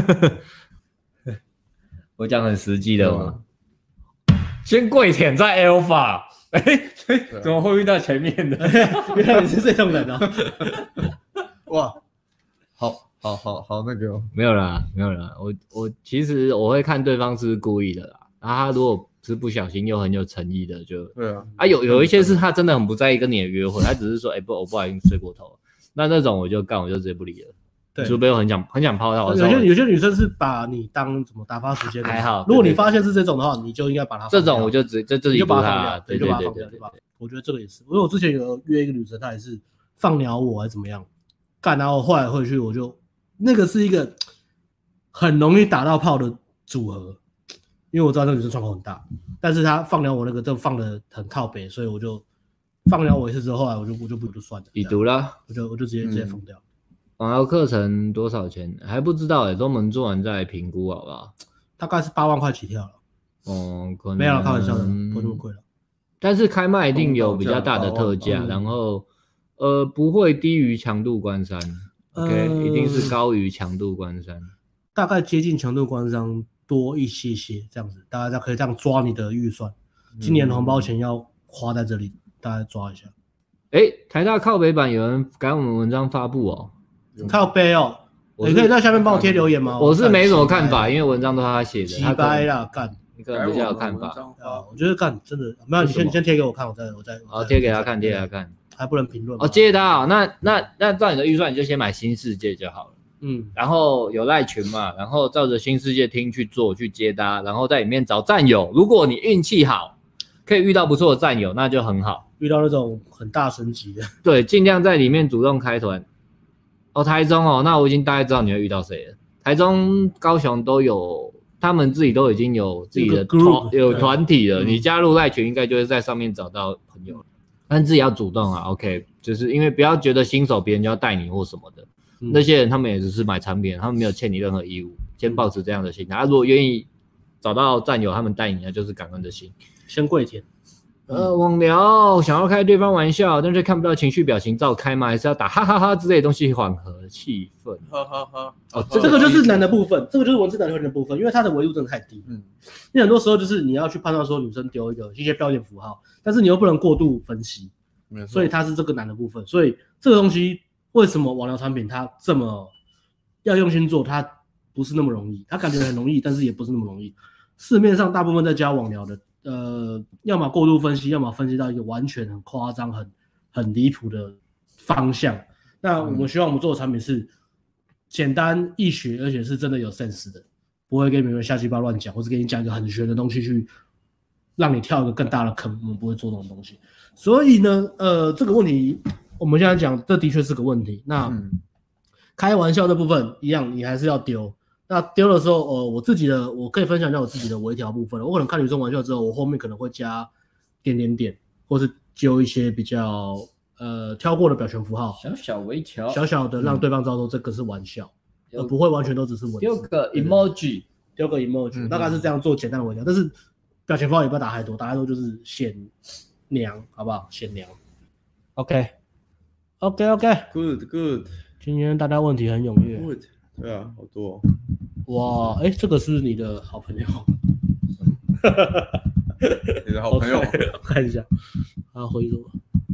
我讲很实际的嘛。先跪舔再 alpha， 怎么会遇到前面的？ 原来你是这种人哦。 哇，好那个哦。 没有啦，我其实我会看对方是不是故意的啦，然后他如果是不小心又很有诚意的，就对啊。 有一些是他真的很不在意跟你的约会，他只是说我不好意思睡过头，那种我就直接不理了。对，除非我很想泡到。 有些女生是把你当什么打发时间的， 还好。 如果你发现是这种的话，你就应该把它这种我就自己就把它放掉， 对， 就把它放掉，对吧？我觉得这个也是，因为我之前有约一个女生，她也是放鸟我还是怎么样干，然后后来回去我就那个是一个很容易打到炮的组合，因为我知道那个女生窗口很大，但是她放鸟我那个就放的很靠北，所以我就放鸟我一次之后，后来我就算了， 已读了， 我就直接封掉。 网聊课程多少钱还不知道都门做完再来评估好不好？ 大概是8万块起跳了。 可能没有了，开玩笑的，不会那么贵了。 但是开卖一定有比较大的特价，然后不会低于强度关山，OK， 一定是高于强度关山， 大概接近强度关山多一些这样子，大家可以这样抓你的预算。今年红包钱要花在这里，大家抓一下。 台大靠北版有人改我们文章发布哦。 靠背哦，你可以在下面帮我贴留言吗？ 我是没什么看法，因为文章都是他写的。 鸡掰啦，干！ 你个人比较有看法我觉得干真的没有，你先贴给我看，我再。 好，贴给他看， 还不能评论。 接他哦，那照你的预算，你就先买新世界就好了。然后有赖群嘛，然后照着新世界听去做，去接搭，然后在里面找战友。如果你运气好，可以遇到不错的战友，那就很好。 遇到那种很大神级的， 对，尽量在里面主动开团。台中那我已经大概知道你会遇到谁了。台中、高雄都有，他们自己都已经有自己的团体了。你加入赖群，应该就会在上面找到朋友了。但自己要主动啊 ，OK， 就是因为不要觉得新手别人就要带你或什么的。那些人他们也只是买产品，他们没有欠你任何义务。先抱持这样的心态，如果愿意找到战友，他们带你，那就是感恩的心。 先跪舔。 网聊想要开对方玩笑，但是看不到情绪表情，照开吗？还是要打哈哈哈之类的东西缓和气氛？ 哈哈哈。 这个就是难的部分，这个就是文字难的部分，因为它的维度真的太低。因为很多时候就是你要去判断说女生丢一些标点符号，但是你又不能过度分析，所以它是这个难的部分。所以这个东西为什么网聊产品它这么要用心做，它不是那么容易，它感觉很容易，但是也不是那么容易。市面上大部分在教网聊的。要么过度分析，要么分析到一个完全很夸张、很离谱的方向。那我们希望我们做的产品是简单易学，而且是真的有 sense 的，不会给你们瞎鸡巴乱讲，或是给你讲一个很玄的东西去让你跳一个更大的坑。我们不会做这种东西。所以呢，这个问题我们现在讲，这的确是个问题。那开玩笑的部分一样，你还是要丢。那丢的时候，我可以分享一下我自己的微调部分。我可能看女生玩笑之后，我后面可能会加点，或是揪一些比较挑过的表情符号， 小微调， 小的让对方知道说这个是玩笑，而不会完全都只是文字。 丢个 emoji， 大概是这样做简单的微调。但是表情符号也不要打太多，打太多就是显娘，好不好？显娘。OK， good。 今天大家问题很踊跃。 Good。对啊，好多哇，这个是你的好朋友， 你的好朋友， 我看一下，他回什么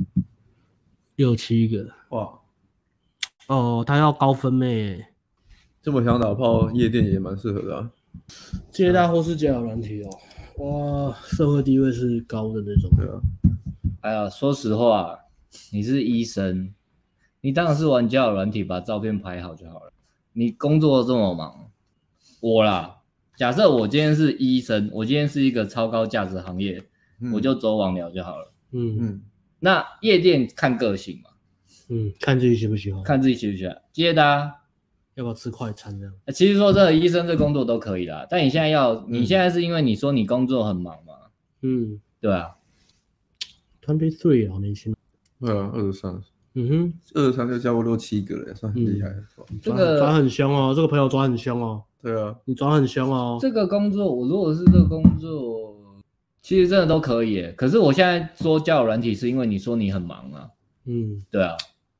？6、7个， 哇， 他要高分妹， 这么想打炮，夜店也蛮适合的啊。 接搭或是交友软体哇，社会地位是高的那种。 对啊， 哎呀，说实话，你是医生，你当然是玩交友软体，把照片拍好就好了。你工作这么忙，我啦，假设我今天是医生，我今天是一个超高价值行业，我就走网聊就好了。那夜店看个性嘛， 看自己喜不喜欢， 接搭要不要吃快餐这样。 其实说真的，医生这工作都可以啦，但你现在是因为你说你工作很忙嘛，对啊。 23好年轻。 对啊，23。23就交过6、7个了，算很厉害了。 这个抓很凶哦，这个朋友抓很凶哦。 对啊， 你抓很凶哦。 这个工作，我如果是这个工作，其实真的都可以耶。可是我现在说交友软体，是因为你说你很忙啊。对啊。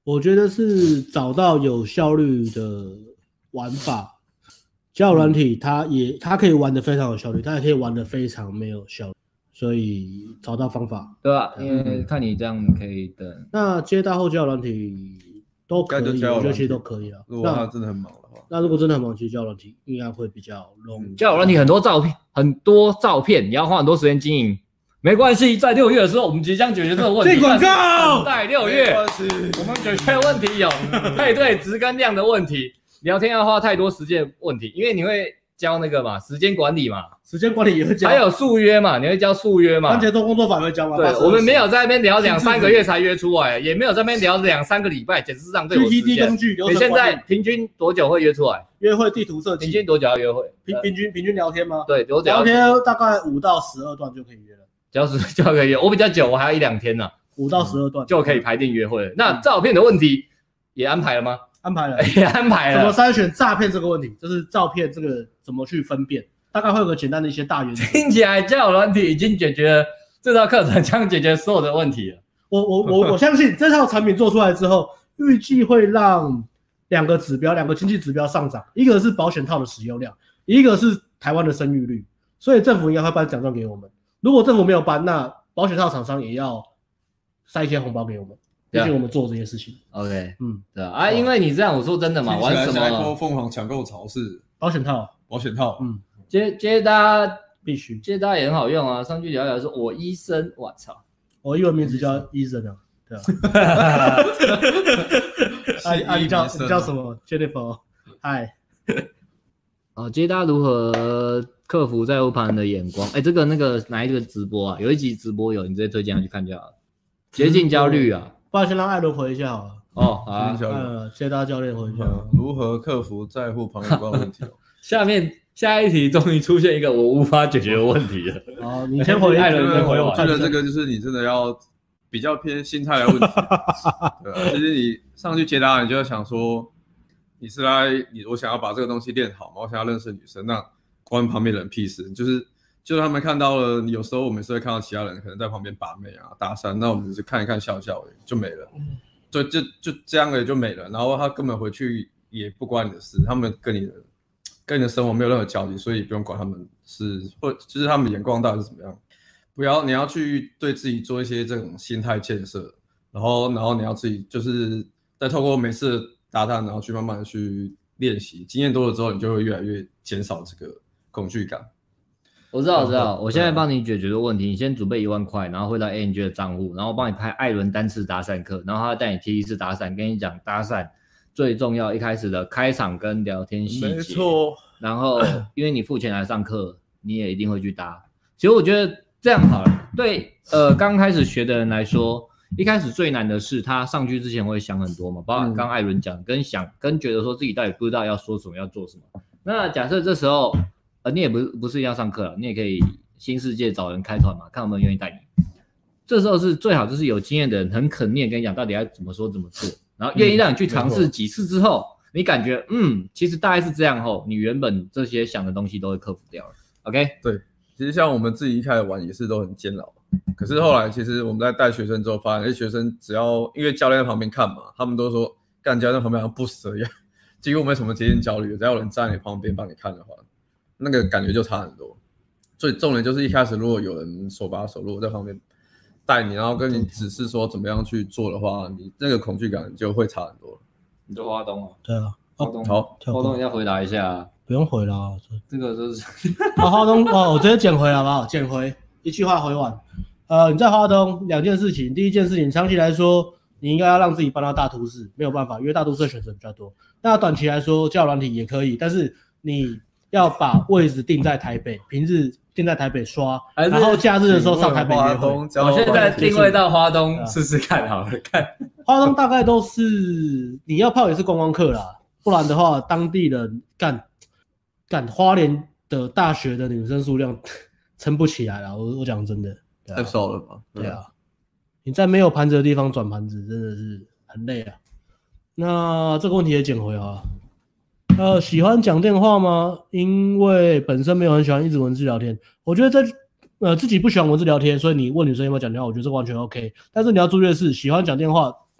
我觉得是找到有效率的玩法。交友软体它可以玩得非常有效率，它也可以玩得非常没有效率，所以找到方法， 对吧？因为看你这样可以的。 那接大后交友软体都可以，我觉得其实都可以啊。 如果他真的很忙的话， 那如果真的很忙，其实交友软体应该会比较容易。 交友软体很多照片，你要花很多时间经营。没关系，在6月的时候，我们即将解决这个问题。 进广告， 等待6月，我们解决问题有配对值跟量的问题，聊天要花太多时间的问题，因为你会教那个嘛，时间管理嘛， 时间管理也会教， 还有速约嘛，你会教速约嘛？ 番茄钟工作法会教吗？ 对，我们没有在那边聊2-3个月才约出来，也没有在那边聊2-3个礼拜，简直是浪费我时间。 工具， 你现在平均多久会约出来？ 约会地图设计， 平均多久要约会？ 平均聊天吗？ 对，多久？ 聊天大概5到12段就可以约了。 就可以约，我比较久，我还要1-2天呢。 5到12段就可以排定约会了。那照片的问题也安排了吗？ 安排了， 也安排了。 怎么筛选诈骗这个问题？就是照片这个怎么去分辨？大概会有个简单的一些大原则。 听起来交友软体已经解决了这套课程，将解决所有的问题了。 我相信这套产品做出来之后，预计会让两个经济指标上涨，一个是保险套的使用量，一个是台湾的生育率。所以政府应该会颁奖状给我们。如果政府没有颁，那保险套厂商也要塞一些红包给我们，毕竟我们做这些事情。 OK， 对啊，因为你这样，我说真的嘛，玩什么凤凰抢购潮是保险套， 接搭必须， 接搭也很好用啊，上去聊聊说我医生，我操， 我英文名字叫医生啊，对啊。你叫什么 ？Jennifer， 嗨。 接搭如何克服在乎旁人的眼光？这个哪一个直播啊？有一集直播你直接推荐他去看就好了。接近焦虑啊， 不然先让艾伦回一下好了。 好啊， 接搭教练回一下。 如何克服在乎旁人眼光的问题？ 下一题终于出现一个我无法解决的问题了。 好，你先回艾伦，先回我。 我觉得这个就是你真的要比较偏心态的问题。对啊，就是你上去接搭，你就要想说。我想要把这个东西练好嘛，我想要认识女生，那关旁边人屁事，就是他们看到了，有时候我们是会看到其他人可能在旁边把妹啊、搭讪，那我们就看一看笑笑而已就没了，就这样而已就没了，然后他根本回去也不关你的事，他们跟你的生活没有任何交集，所以不用管他们就是他们眼光到底是怎么样，你要去对自己做一些这种心态建设，然后你要自己就是再透过每次搭档，然后去慢慢的去练习，经验多了之后，你就会越来越减少这个恐惧感。 我知道，我现在帮你解决的问题，你先准备1万块，然后汇到 ANG 的账户，然后帮你拍艾伦单次搭讪课，然后他带你第一次搭讪，跟你讲搭讪最重要一开始的开场跟聊天细节。 没错。 然后因为你付钱来上课，你也一定会去搭。其实我觉得这样好了，对刚开始学的人来说。一开始最难的是他上去之前会想很多嘛，包括刚艾伦讲跟觉得说自己到底不知道要说什么要做什么。那假设这时候你也不是要上课了，你也可以新世界找人开团嘛，看有没有人愿意带你。这时候是最好就是有经验的人很肯定跟你讲到底要怎么说怎么做，然后愿意让你去尝试几次之后，你感觉其实大概是这样后，你原本这些想的东西都会克服掉了。OK， 对，其实像我们自己一开始玩也是都很煎熬。可是后来，其实我们在带学生之后，发现学生只要因为教练在旁边看嘛，他们都说干教练在旁边好像不死一样，几乎没什么接近焦虑的。只要有人站在你旁边帮你看的话，那个感觉就差很多。所以重点就是一开始如果有人手把手，如果在旁边带你，然后跟你指示说怎么样去做的话，你那个恐惧感就会差很多。 你就花东啊？ 对啊， 花东好， 花东要回答一下。 不用回啦， 这个就是花东我直接捡回好不好？捡回一句话回完。你在花东2件事情，第一件事情，长期来说，你应该要让自己搬到大都市，没有办法，因为大都市的选择比较多。那短期来说，交友软体也可以，但是你要把位置定在台北，平日定在台北刷，然后假日的时候上台北约会。 我现在定位到花东试试看好了，看花东大概都是你要泡也是观光客啦，不然的话，当地人干花莲的大学的女生数量撑不起来啦，我讲真的。 太少了吧？ 对啊，你在没有盘子的地方转盘子真的是很累啊。那这个问题也捡回啊。喜欢讲电话吗？因为本身没有很喜欢一直文字聊天。我觉得自己不喜欢文字聊天，所以你问女生有没有讲电话，我觉得这完全 OK。但是你要注意的是，喜欢讲电话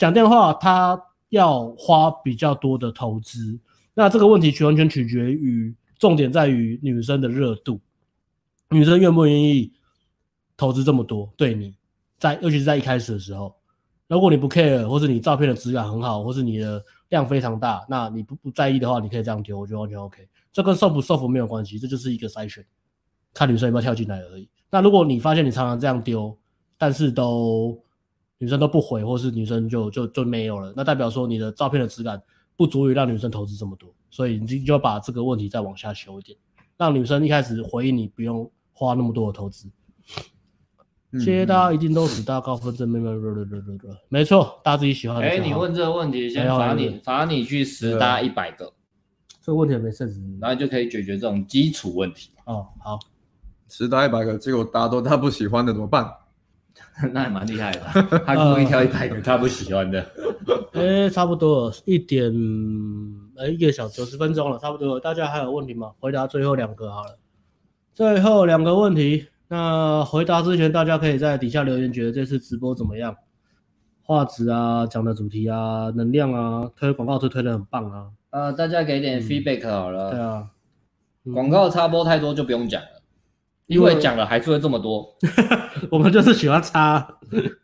讲电话他要花比较多的投资，那这个问题完全取决于，重点在于女生的热度，女生愿不愿意投资这么多对你，尤其是在一开始的时候，如果你不 care， 或是你照片的质感很好，或是你的量非常大，那你不在意的话，你可以这样丢，我觉得完全 OK。这跟受不受服没有关系，这就是一个筛选，看女生有没有跳进来而已。那如果你发现你常常这样丢，但是女生都不回，或是女生就没有了，那代表说你的照片的质感不足以让女生投资这么多，所以你就把这个问题再往下修一点，让女生一开始回应你不用花那么多的投资。接搭一定都死大高分正妹妹，没错，大家自己喜欢的。 你问这个问题，先罚你去实搭100个， 这个问题没甚至， 然后就可以解决这种基础问题。 哦，好， 实搭100个，结果大家都他不喜欢的怎么办？ 那也蛮厉害的，他故意挑100个他不喜欢的。 差不多了1个小时90分钟了，差不多了。大家还有问题吗？回答最后2个好了。最后2个问题。那回答之前，大家可以在底下留言，觉得这次直播怎么样？画质啊，讲的主题啊，能量啊，推广告推得很棒啊。 大家给点 feedback 好了。 对啊， 广告插播太多就不用讲了，因为讲了还是会这么多。 我们就是喜欢插。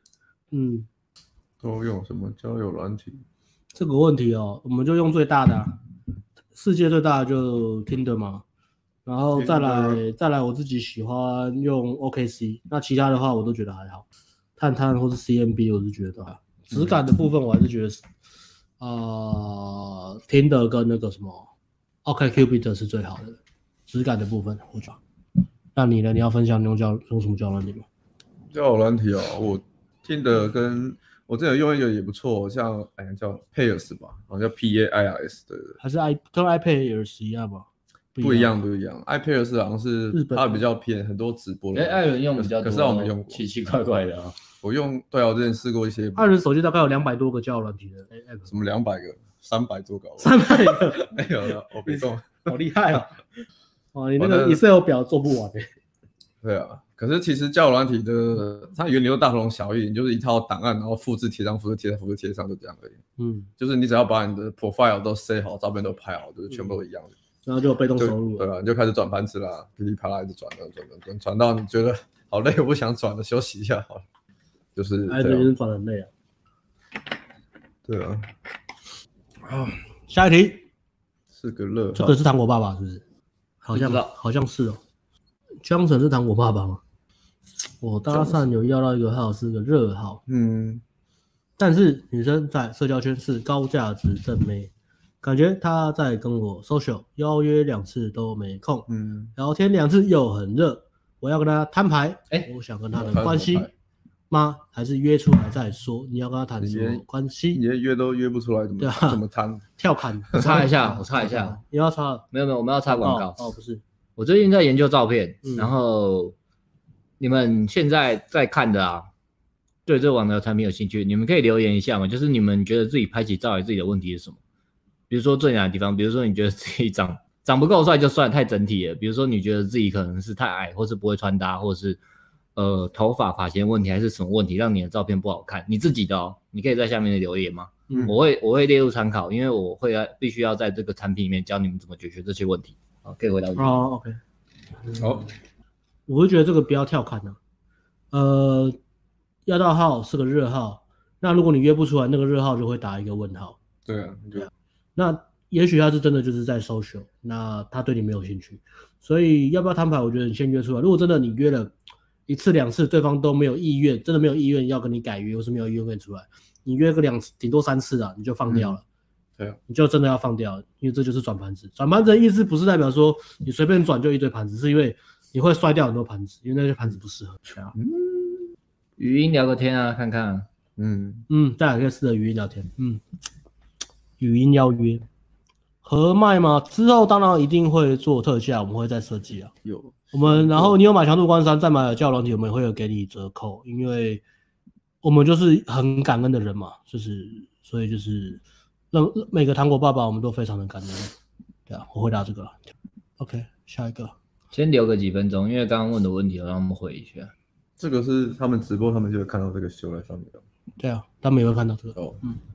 都用什么交友软体？ 这个问题哦，我们就用最大的世界最大的就 Tinder 嘛。然后再来，我自己喜欢用 OKC， 那其他的话我都觉得还好，探探或是 CMB 我是觉得质感的部分我还是觉得Tinder 跟那个什么 OkCupid 是最好的质感的部分，我觉得。那你呢？你要分享你用什么交友软体吗？ 交友软体哦，我Tinder跟我之前用一个也不错，像叫 Pairs 吧，好像叫 PAIRS 的， 还是跟 iPairs 一样吧？ 不一样，iPairs 好像是它比较偏很多直播的。 艾伦用比较多， 可是我没用过， 奇奇怪怪的啊。 我用，对啊，我之前试过一些。 艾伦手机大概有200多个交友软体的 app， 什么200个、300多个 ？300个？ 没有了，我别动。 好厉害哦！哇，你那个 Excel 表做不完对啊，可是其实交友软体的它原理都大同小异，就是一套档案，然后复制贴上，复制贴上，复制贴上，就这样而已。就是你只要把你的 profile 都 set 好，照片都拍好，就是全部都一样的。 然后就有被动收入了， 对啊，你就开始转盘子啦，噼里啪啦一直转到你觉得好累，我不想转了，休息一下好了。就是这样。 人转很累啊。 对啊。 下一题是个热号， 这个是糖果爸爸是不是？好像是哦。江城是糖果爸爸吗？我搭讪有要到一个号是个热号，但是女生在社交圈是高价值正妹。感觉他在跟我 social 邀约2次都没空，聊天2次又很热，我要跟他摊牌，我想跟他的关系吗？还是约出来再说？你要跟他谈什么关系？ 你连约都约不出来，怎么谈？ 跳砍？ 我插一下， 你要插？ 没有，我们要插广告。 不是， 我最近在研究照片，然后你们现在在看的对这个网聊产品有兴趣，你们可以留言一下嘛，就是你们觉得自己拍起照来自己的问题是什么？比如说最难的地方，比如说你觉得自己长不够帅就算太整体了，比如说你觉得自己可能是太矮，或是不会穿搭，或是头发型问题还是什么问题让你的照片不好看，你自己的你可以在下面的留言吗？我会列入参考，因为我必须要在这个产品里面教你们怎么解决这些问题。好，可以回答问题。 OK。 好， 我会觉得这个不要跳砍要到号是个热号，那如果你约不出来，那个热号就会打一个问号。 对啊， 那也许他是真的就是在 social， 那他对你没有兴趣，所以要不要摊牌？我觉得你先约出来。如果真的你约了1次2次，对方都没有意愿，真的没有意愿要跟你改约，或是没有意愿跟你出来，你约个2次，顶多3次你就放掉了。 对啊， 你就真的要放掉，因为这就是转盘子。转盘子的意思不是代表说你随便转就一堆盘子，是因为你会摔掉很多盘子，因为那些盘子不适合。 语音聊个天看看。 大家可以试着语音聊天。语音邀约。合卖吗？之后当然一定会做特价，我们会再设计有我们，然后你有买强度关山，再买了交友软体，我们也会有给你折扣，因为我们就是很感恩的人嘛，所以就是每个糖果爸爸我们都非常的感恩。对啊，我回答这个了。OK， 下一个。 先留个几分钟，因为刚刚问的问题，让我们回一下。 这个是他们直播，他们就会看到这个修在上面的。 对啊，他们也会看到这个。 哦，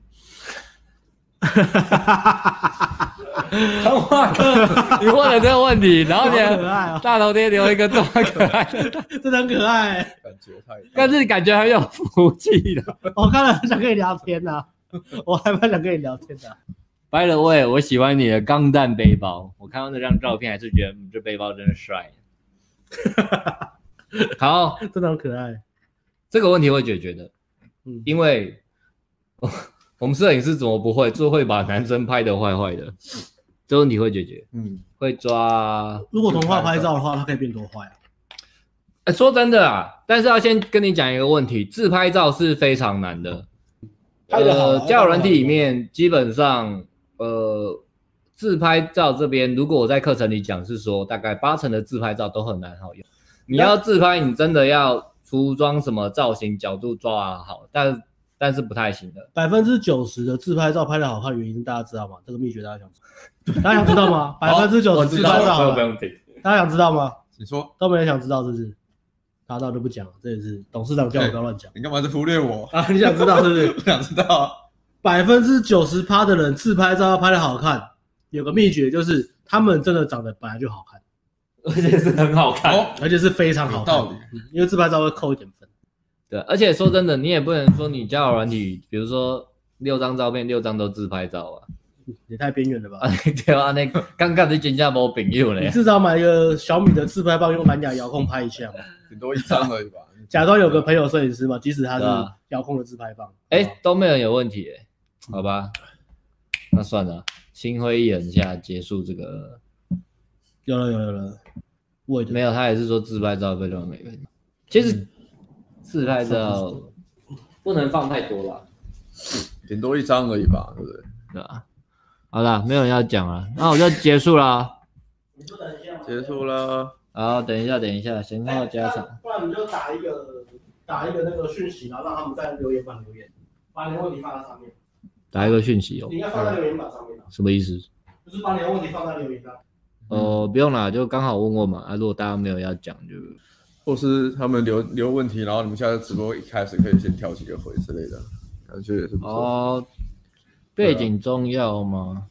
童话课，你问了这个问题，然后你好可爱哦大头贴留一个这么可爱的， 真的很可爱、 感觉太， 但是感觉很有福气的。 我看了很想跟你聊天呐、我还蛮想跟你聊天的、 By the way， 我喜欢你的钢弹背包，我看到那张照片还是觉得这背包真的帅。好， 真的很可爱。 这个问题会解决的，因为我们摄影师怎么不会，就会把男生拍得坏坏的，这问题会解决。会抓。 如果童话拍照的话，它可以变多坏啊？ 说真的啊，但是要先跟你讲一个问题，自拍照是非常难的。 拍得好交友软体里面基本上，自拍照这边，如果我在课程里讲是说，大概80%的自拍照都很难好用。你要自拍，你真的要服装什么造型角度抓好，但是不太行的。 90%的自拍照拍得好看，原因大家知道吗？这个秘诀大家想知道吗？90%自拍照好看，大家想知道吗？ 你说都没人想知道，是不是？达到就不讲了，这也是董事长叫我不要乱讲。 你干嘛在忽略我啊？你想知道是不是？ 我想知道。 90%的人自拍照要拍得好看，有个秘诀就是他们真的长得本来就好看， 而且是很好看， 而且是非常好看。 有道理， 因为自拍照会扣一点分。 对，而且说真的，你也不能说你交友软体，比如说6张照片，6张都自拍照啊， 也太边缘了吧？ 对啊，那刚刚你真正没朋友嘞。 你至少买一个小米的自拍棒，用蓝牙遥控拍一下嘛， 顶多1张而已吧。 假装有个朋友摄影师嘛，即使他是遥控的自拍棒。 都没有人有问题好吧？那算了，心灰意冷下结束这个。 有了， 没有，他也是说自拍照非常美。其实自拍照不能放太多啦， 顶多1张而已吧，对不对？ 对吧？好啦，没有人要讲了，那我就结束啦。 你不等一下吗？ 结束了。 好，等一下，闲话家常。 不然你就打一个那个讯息，然后让他们在留言板留言，把你的问题放在上面。 打一个讯息你应该放在留言板上面。 什么意思？ 就是把你的问题放在留言上。 不用啦，就刚好问问嘛。如果大家没有要讲，就或是他们留问题，然后你们下次直播一开始可以先挑几个回之类的，感觉也是不错。 背景重要吗？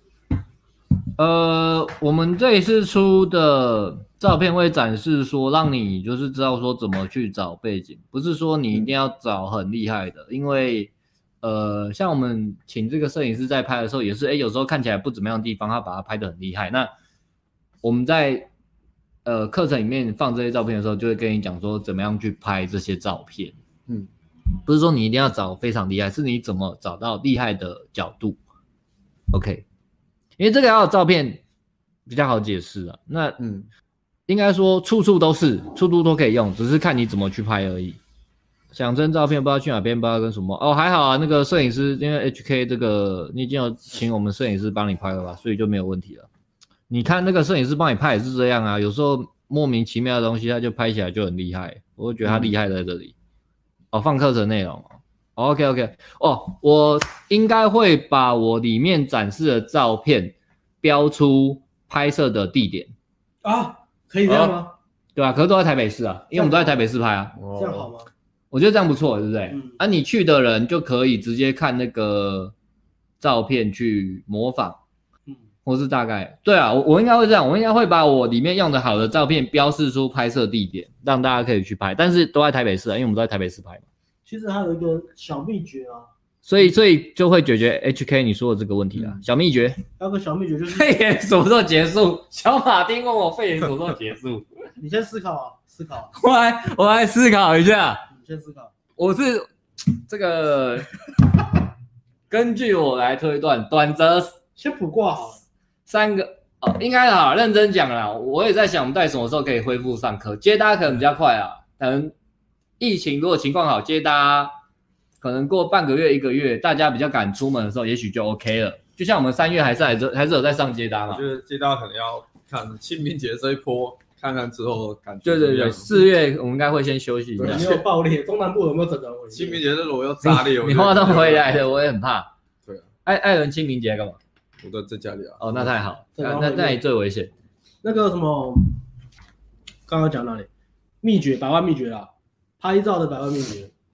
我们这一次出的照片会展示说，让你就是知道说怎么去找背景，不是说你一定要找很厉害的，因为像我们请这个摄影师在拍的时候，也是有时候看起来不怎么样的地方，他把它拍得很厉害。那我们在课程里面放这些照片的时候，就会跟你讲说怎么样去拍这些照片。不是说你一定要找非常厉害，是你怎么找到厉害的角度。OK， 因为这个要有照片比较好解释啊。那应该说处处都可以用，只是看你怎么去拍而已。想真照片不知道去哪边，不知道跟什么还好啊。那个摄影师因为 HK 这个你已经有请我们摄影师帮你拍了吧，所以就没有问题了。你看那个摄影师帮你拍也是这样啊，有时候莫名其妙的东西他就拍起来就很厉害，我会觉得他厉害在这里。放课程内容OK 我应该会把我里面展示的照片标出拍摄的地点啊，可以这样吗？ 对啊，可是都在台北市啊，因为我们都在台北市拍啊。 这样好吗？ 我觉得这样不错，对不对？你去的人就可以直接看那个照片去模仿，或是大概对啊，我应该会这样，我应该会把我里面用的好的照片标示出拍摄地点，让大家可以去拍，但是都在台北市啊，因为我们都在台北市拍嘛。 其实还有一个小秘诀啊， 所以就会解决 HK 你说的这个问题啊。小秘诀， 还有个小秘诀就是肺炎什么时候结束？小马丁问我肺炎什么时候结束？ 你先思考啊。 我来思考一下。 你先思考。 我是这个根据我来推断，短则先卜卦好了 ，3个应该好，认真讲啦。我也在想，我们到底什么时候可以恢复上课？接搭可能比较快啊，可能疫情如果情况好，接搭可能过半个月、1个月，大家比较敢出门的时候，也许就 OK 了。就像我们3月还是有在上接搭嘛。 我觉得接搭可能要看清明节这一波，看看之后感觉。 对，4月我们应该会先休息一下。 有没有爆裂？中南部有没有整人回？ 清明节那如果要炸裂， 你话都回来了，我也很怕。 对啊， 艾伦清明节干嘛？ 我在家里啊。 那太好，那你最危险。 那个什么，刚刚讲哪里？秘诀，100万秘诀啦，拍照的100万秘诀。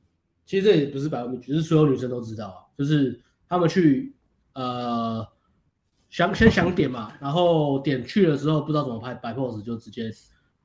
其实这也不是百万秘诀，是所有女生都知道啊，就是他们去先想点嘛，然后点去了之后不知道怎么拍摆 pose， 就直接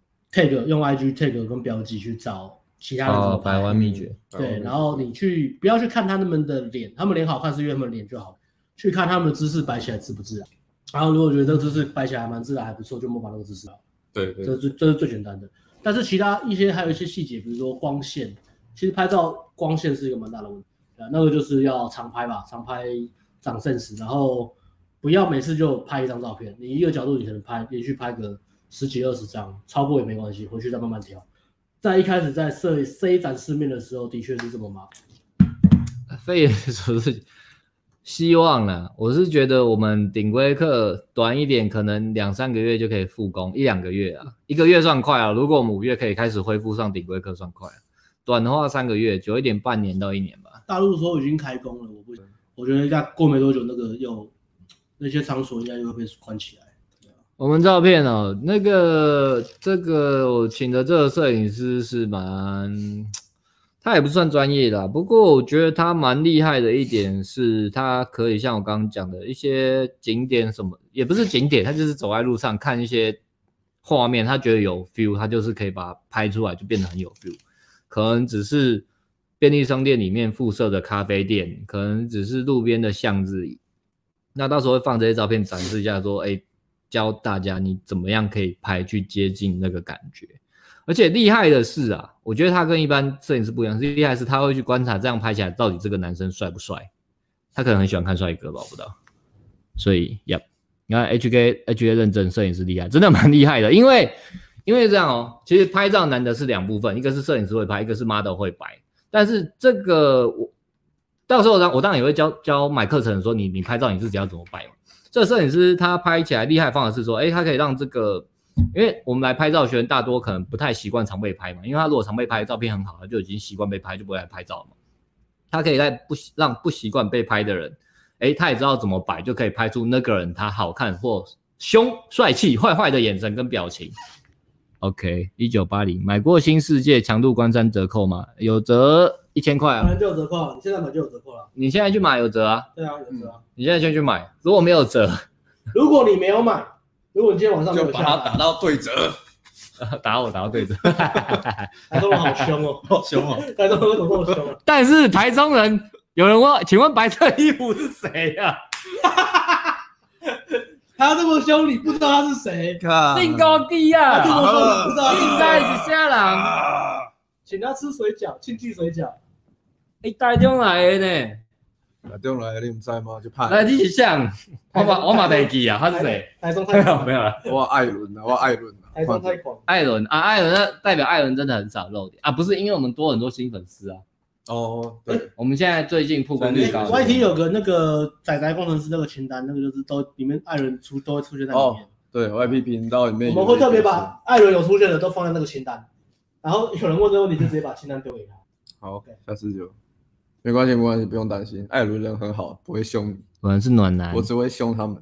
tag 用 IG tag 跟标记去找其他人怎么拍。 百万秘诀。 对，然后你不要去看他们的脸，他们脸好看是因为他们脸就好，去看他们的姿势摆起来自不自然。然后如果觉得这个姿势摆起来蛮自然还不错，就模仿那个姿势好。 对， 这是最简单的。但是其他还有一些细节，比如说光线，其实拍照光线是一个蛮大的问题。那个就是要常拍吧，常拍长sense，然后不要每次就拍一张照片，你一个角度你可能连续拍个10几20张，超过也没关系，回去再慢慢调。在一开始在C 展示面的时候，的确是这么麻烦。 肺炎说是希望啦，我是觉得我们顶规课短一点，可能2-3个月就可以复工，1-2个月啊，1个月算快啊。如果我们5月可以开始恢复上顶规课算快，短的话3个月，久一点半年到1年吧。 大陆说已经开工了，我觉得应该过没多久，那些场所应该又会被关起来。 我们照片哦，这个我请的这个摄影师是他也不算专业啦，不过我觉得他蛮厉害的一点是，他可以像我刚刚讲的一些景点什么，也不是景点，他就是走在路上看一些画面，他觉得有 feel， 他就是可以把它拍出来，就变得很有 feel。可能只是便利商店里面附设的咖啡店，可能只是路边的巷子里。那到时候会放这些照片展示一下，说，教大家你怎么样可以拍去接近那个感觉。而且厉害的是啊，我觉得他跟一般摄影师不一样，是厉害的是他会去观察这样拍起来到底这个男生帅不帅，他可能很喜欢看帅哥吧，我不知道。所以你看 HK 认证摄影师厉害，真的蛮厉害的，因为这样哦，其实拍照难的是2部分，一个是摄影师会拍，一个是 model 会摆。但是这个到时候我当然也会教买课程说你拍照你自己要怎么摆嘛。这个摄影师他拍起来厉害的方法是说，他可以让这个，因为我们来拍照的学生大多可能不太习惯常被拍嘛，因为他如果常被拍，照片很好，他就已经习惯被拍，就不会来拍照嘛。他可以让不习惯被拍的人，他也知道怎么摆，就可以拍出那个人他好看或凶、帅气、坏的眼神跟表情。OK， 1980买过新世界强度关山折扣吗？有折1000块啊， 本来就有折扣，你现在买就有折扣了。 你现在去买有折啊？ 对啊，有折啊。 你现在先去买，如果没有折， 如果你没有买，如果你今天晚上没有就把它打到对折， 打到对折。 台中人好凶哦， 好凶哦！ 台中人怎么这么凶啊？ 但是台中人有人问，请问白色衣服是谁呀？ 他这么凶，你不知道他是谁？ 定高地啊！ 这么凶，你不知道定在是啥人？ 请他吃水饺，庆记水饺。 台中来的呢？ 打电话来，你不知道吗？就怕来，你是像我马没记啊，他是谁？ 台中太狂， 没有了。 我艾伦啊， 台中太狂。 艾伦啊，艾伦代表艾伦真的很少露点啊，不是因为我们多很多新粉丝啊。 哦，对， 我们现在最近曝光率高。 YT 有个那个仔工程师那个清单，那个就是都里面艾伦都会出现在里面。 对 ，YP 频道里面我们会特别把艾伦有出现的都放在那个清单，然后有人问这个问题就直接把清单丢给他。 好，下次就没关系，不用担心，艾伦人很好，不会凶你。 果然是暖男， 我只会凶他们。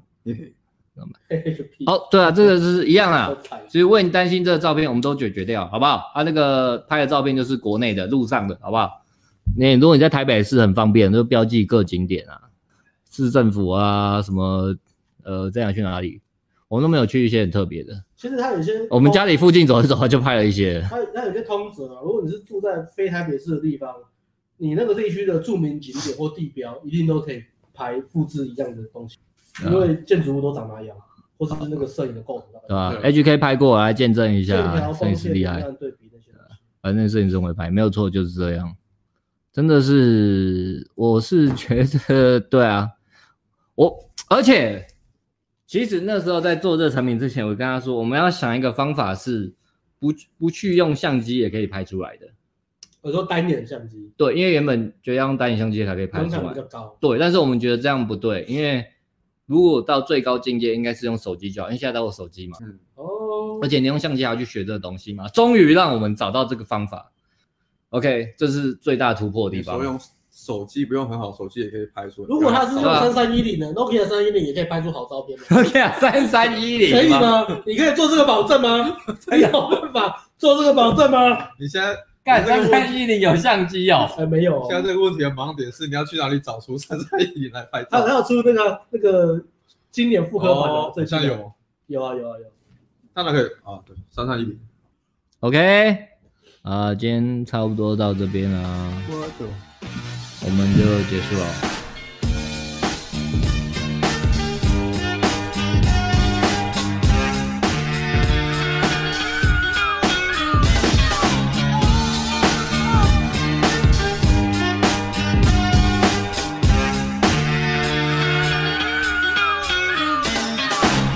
好，对啊，这个是一样啦。所以为你担心这个照片，我们都解决掉，好不好？那个拍的照片就是国内的、路上的，好不好？如果你在台北市很方便，就标记各景点啊，市政府啊，什么这样去哪里？我们都没有去一些很特别的。 其实它有些我们家里附近走一走，就拍了一些。 它有些通则啊，如果你是住在非台北市的地方，你那个地区的著名景点或地标，一定都可以复制一样的东西，因为建筑物都长那样，或者是那个摄影的构图，对吧 ？HK 拍过来见证一下，摄影师厉害。反正摄影师会拍，没有错，就是这样。真的是，我是觉得，对啊，而且其实那时候在做这个产品之前，我跟他说，我们要想一个方法是不去用相机也可以拍出来的。 我说单眼相机， 对，因为原本觉得要用单眼相机才可以拍出来， 比较高。对， 但是我们觉得这样不对，因为如果到最高境界，应该是用手机就好，因为现在都有手机嘛。而且你用相机还要去学这个东西嘛，终于让我们找到这个方法。OK， 这是最大突破的地方。 你说用手机不用很好，手机也可以拍出来。 如果他是用3310的 Nokia 3310也可以拍出好照片吗 ？Nokia 3310 可以吗？你可以做这个保证吗？你有办法做这个保证吗？ 你现在干3310有相机哦？ 没有。 现在这个问题的盲点是你要去哪里找出3310来拍照？ 他有出那个今年复刻版的， 好像有。 有啊。 当然可以啊，对，3310。 OK， 今天差不多到这边了，我们就结束了。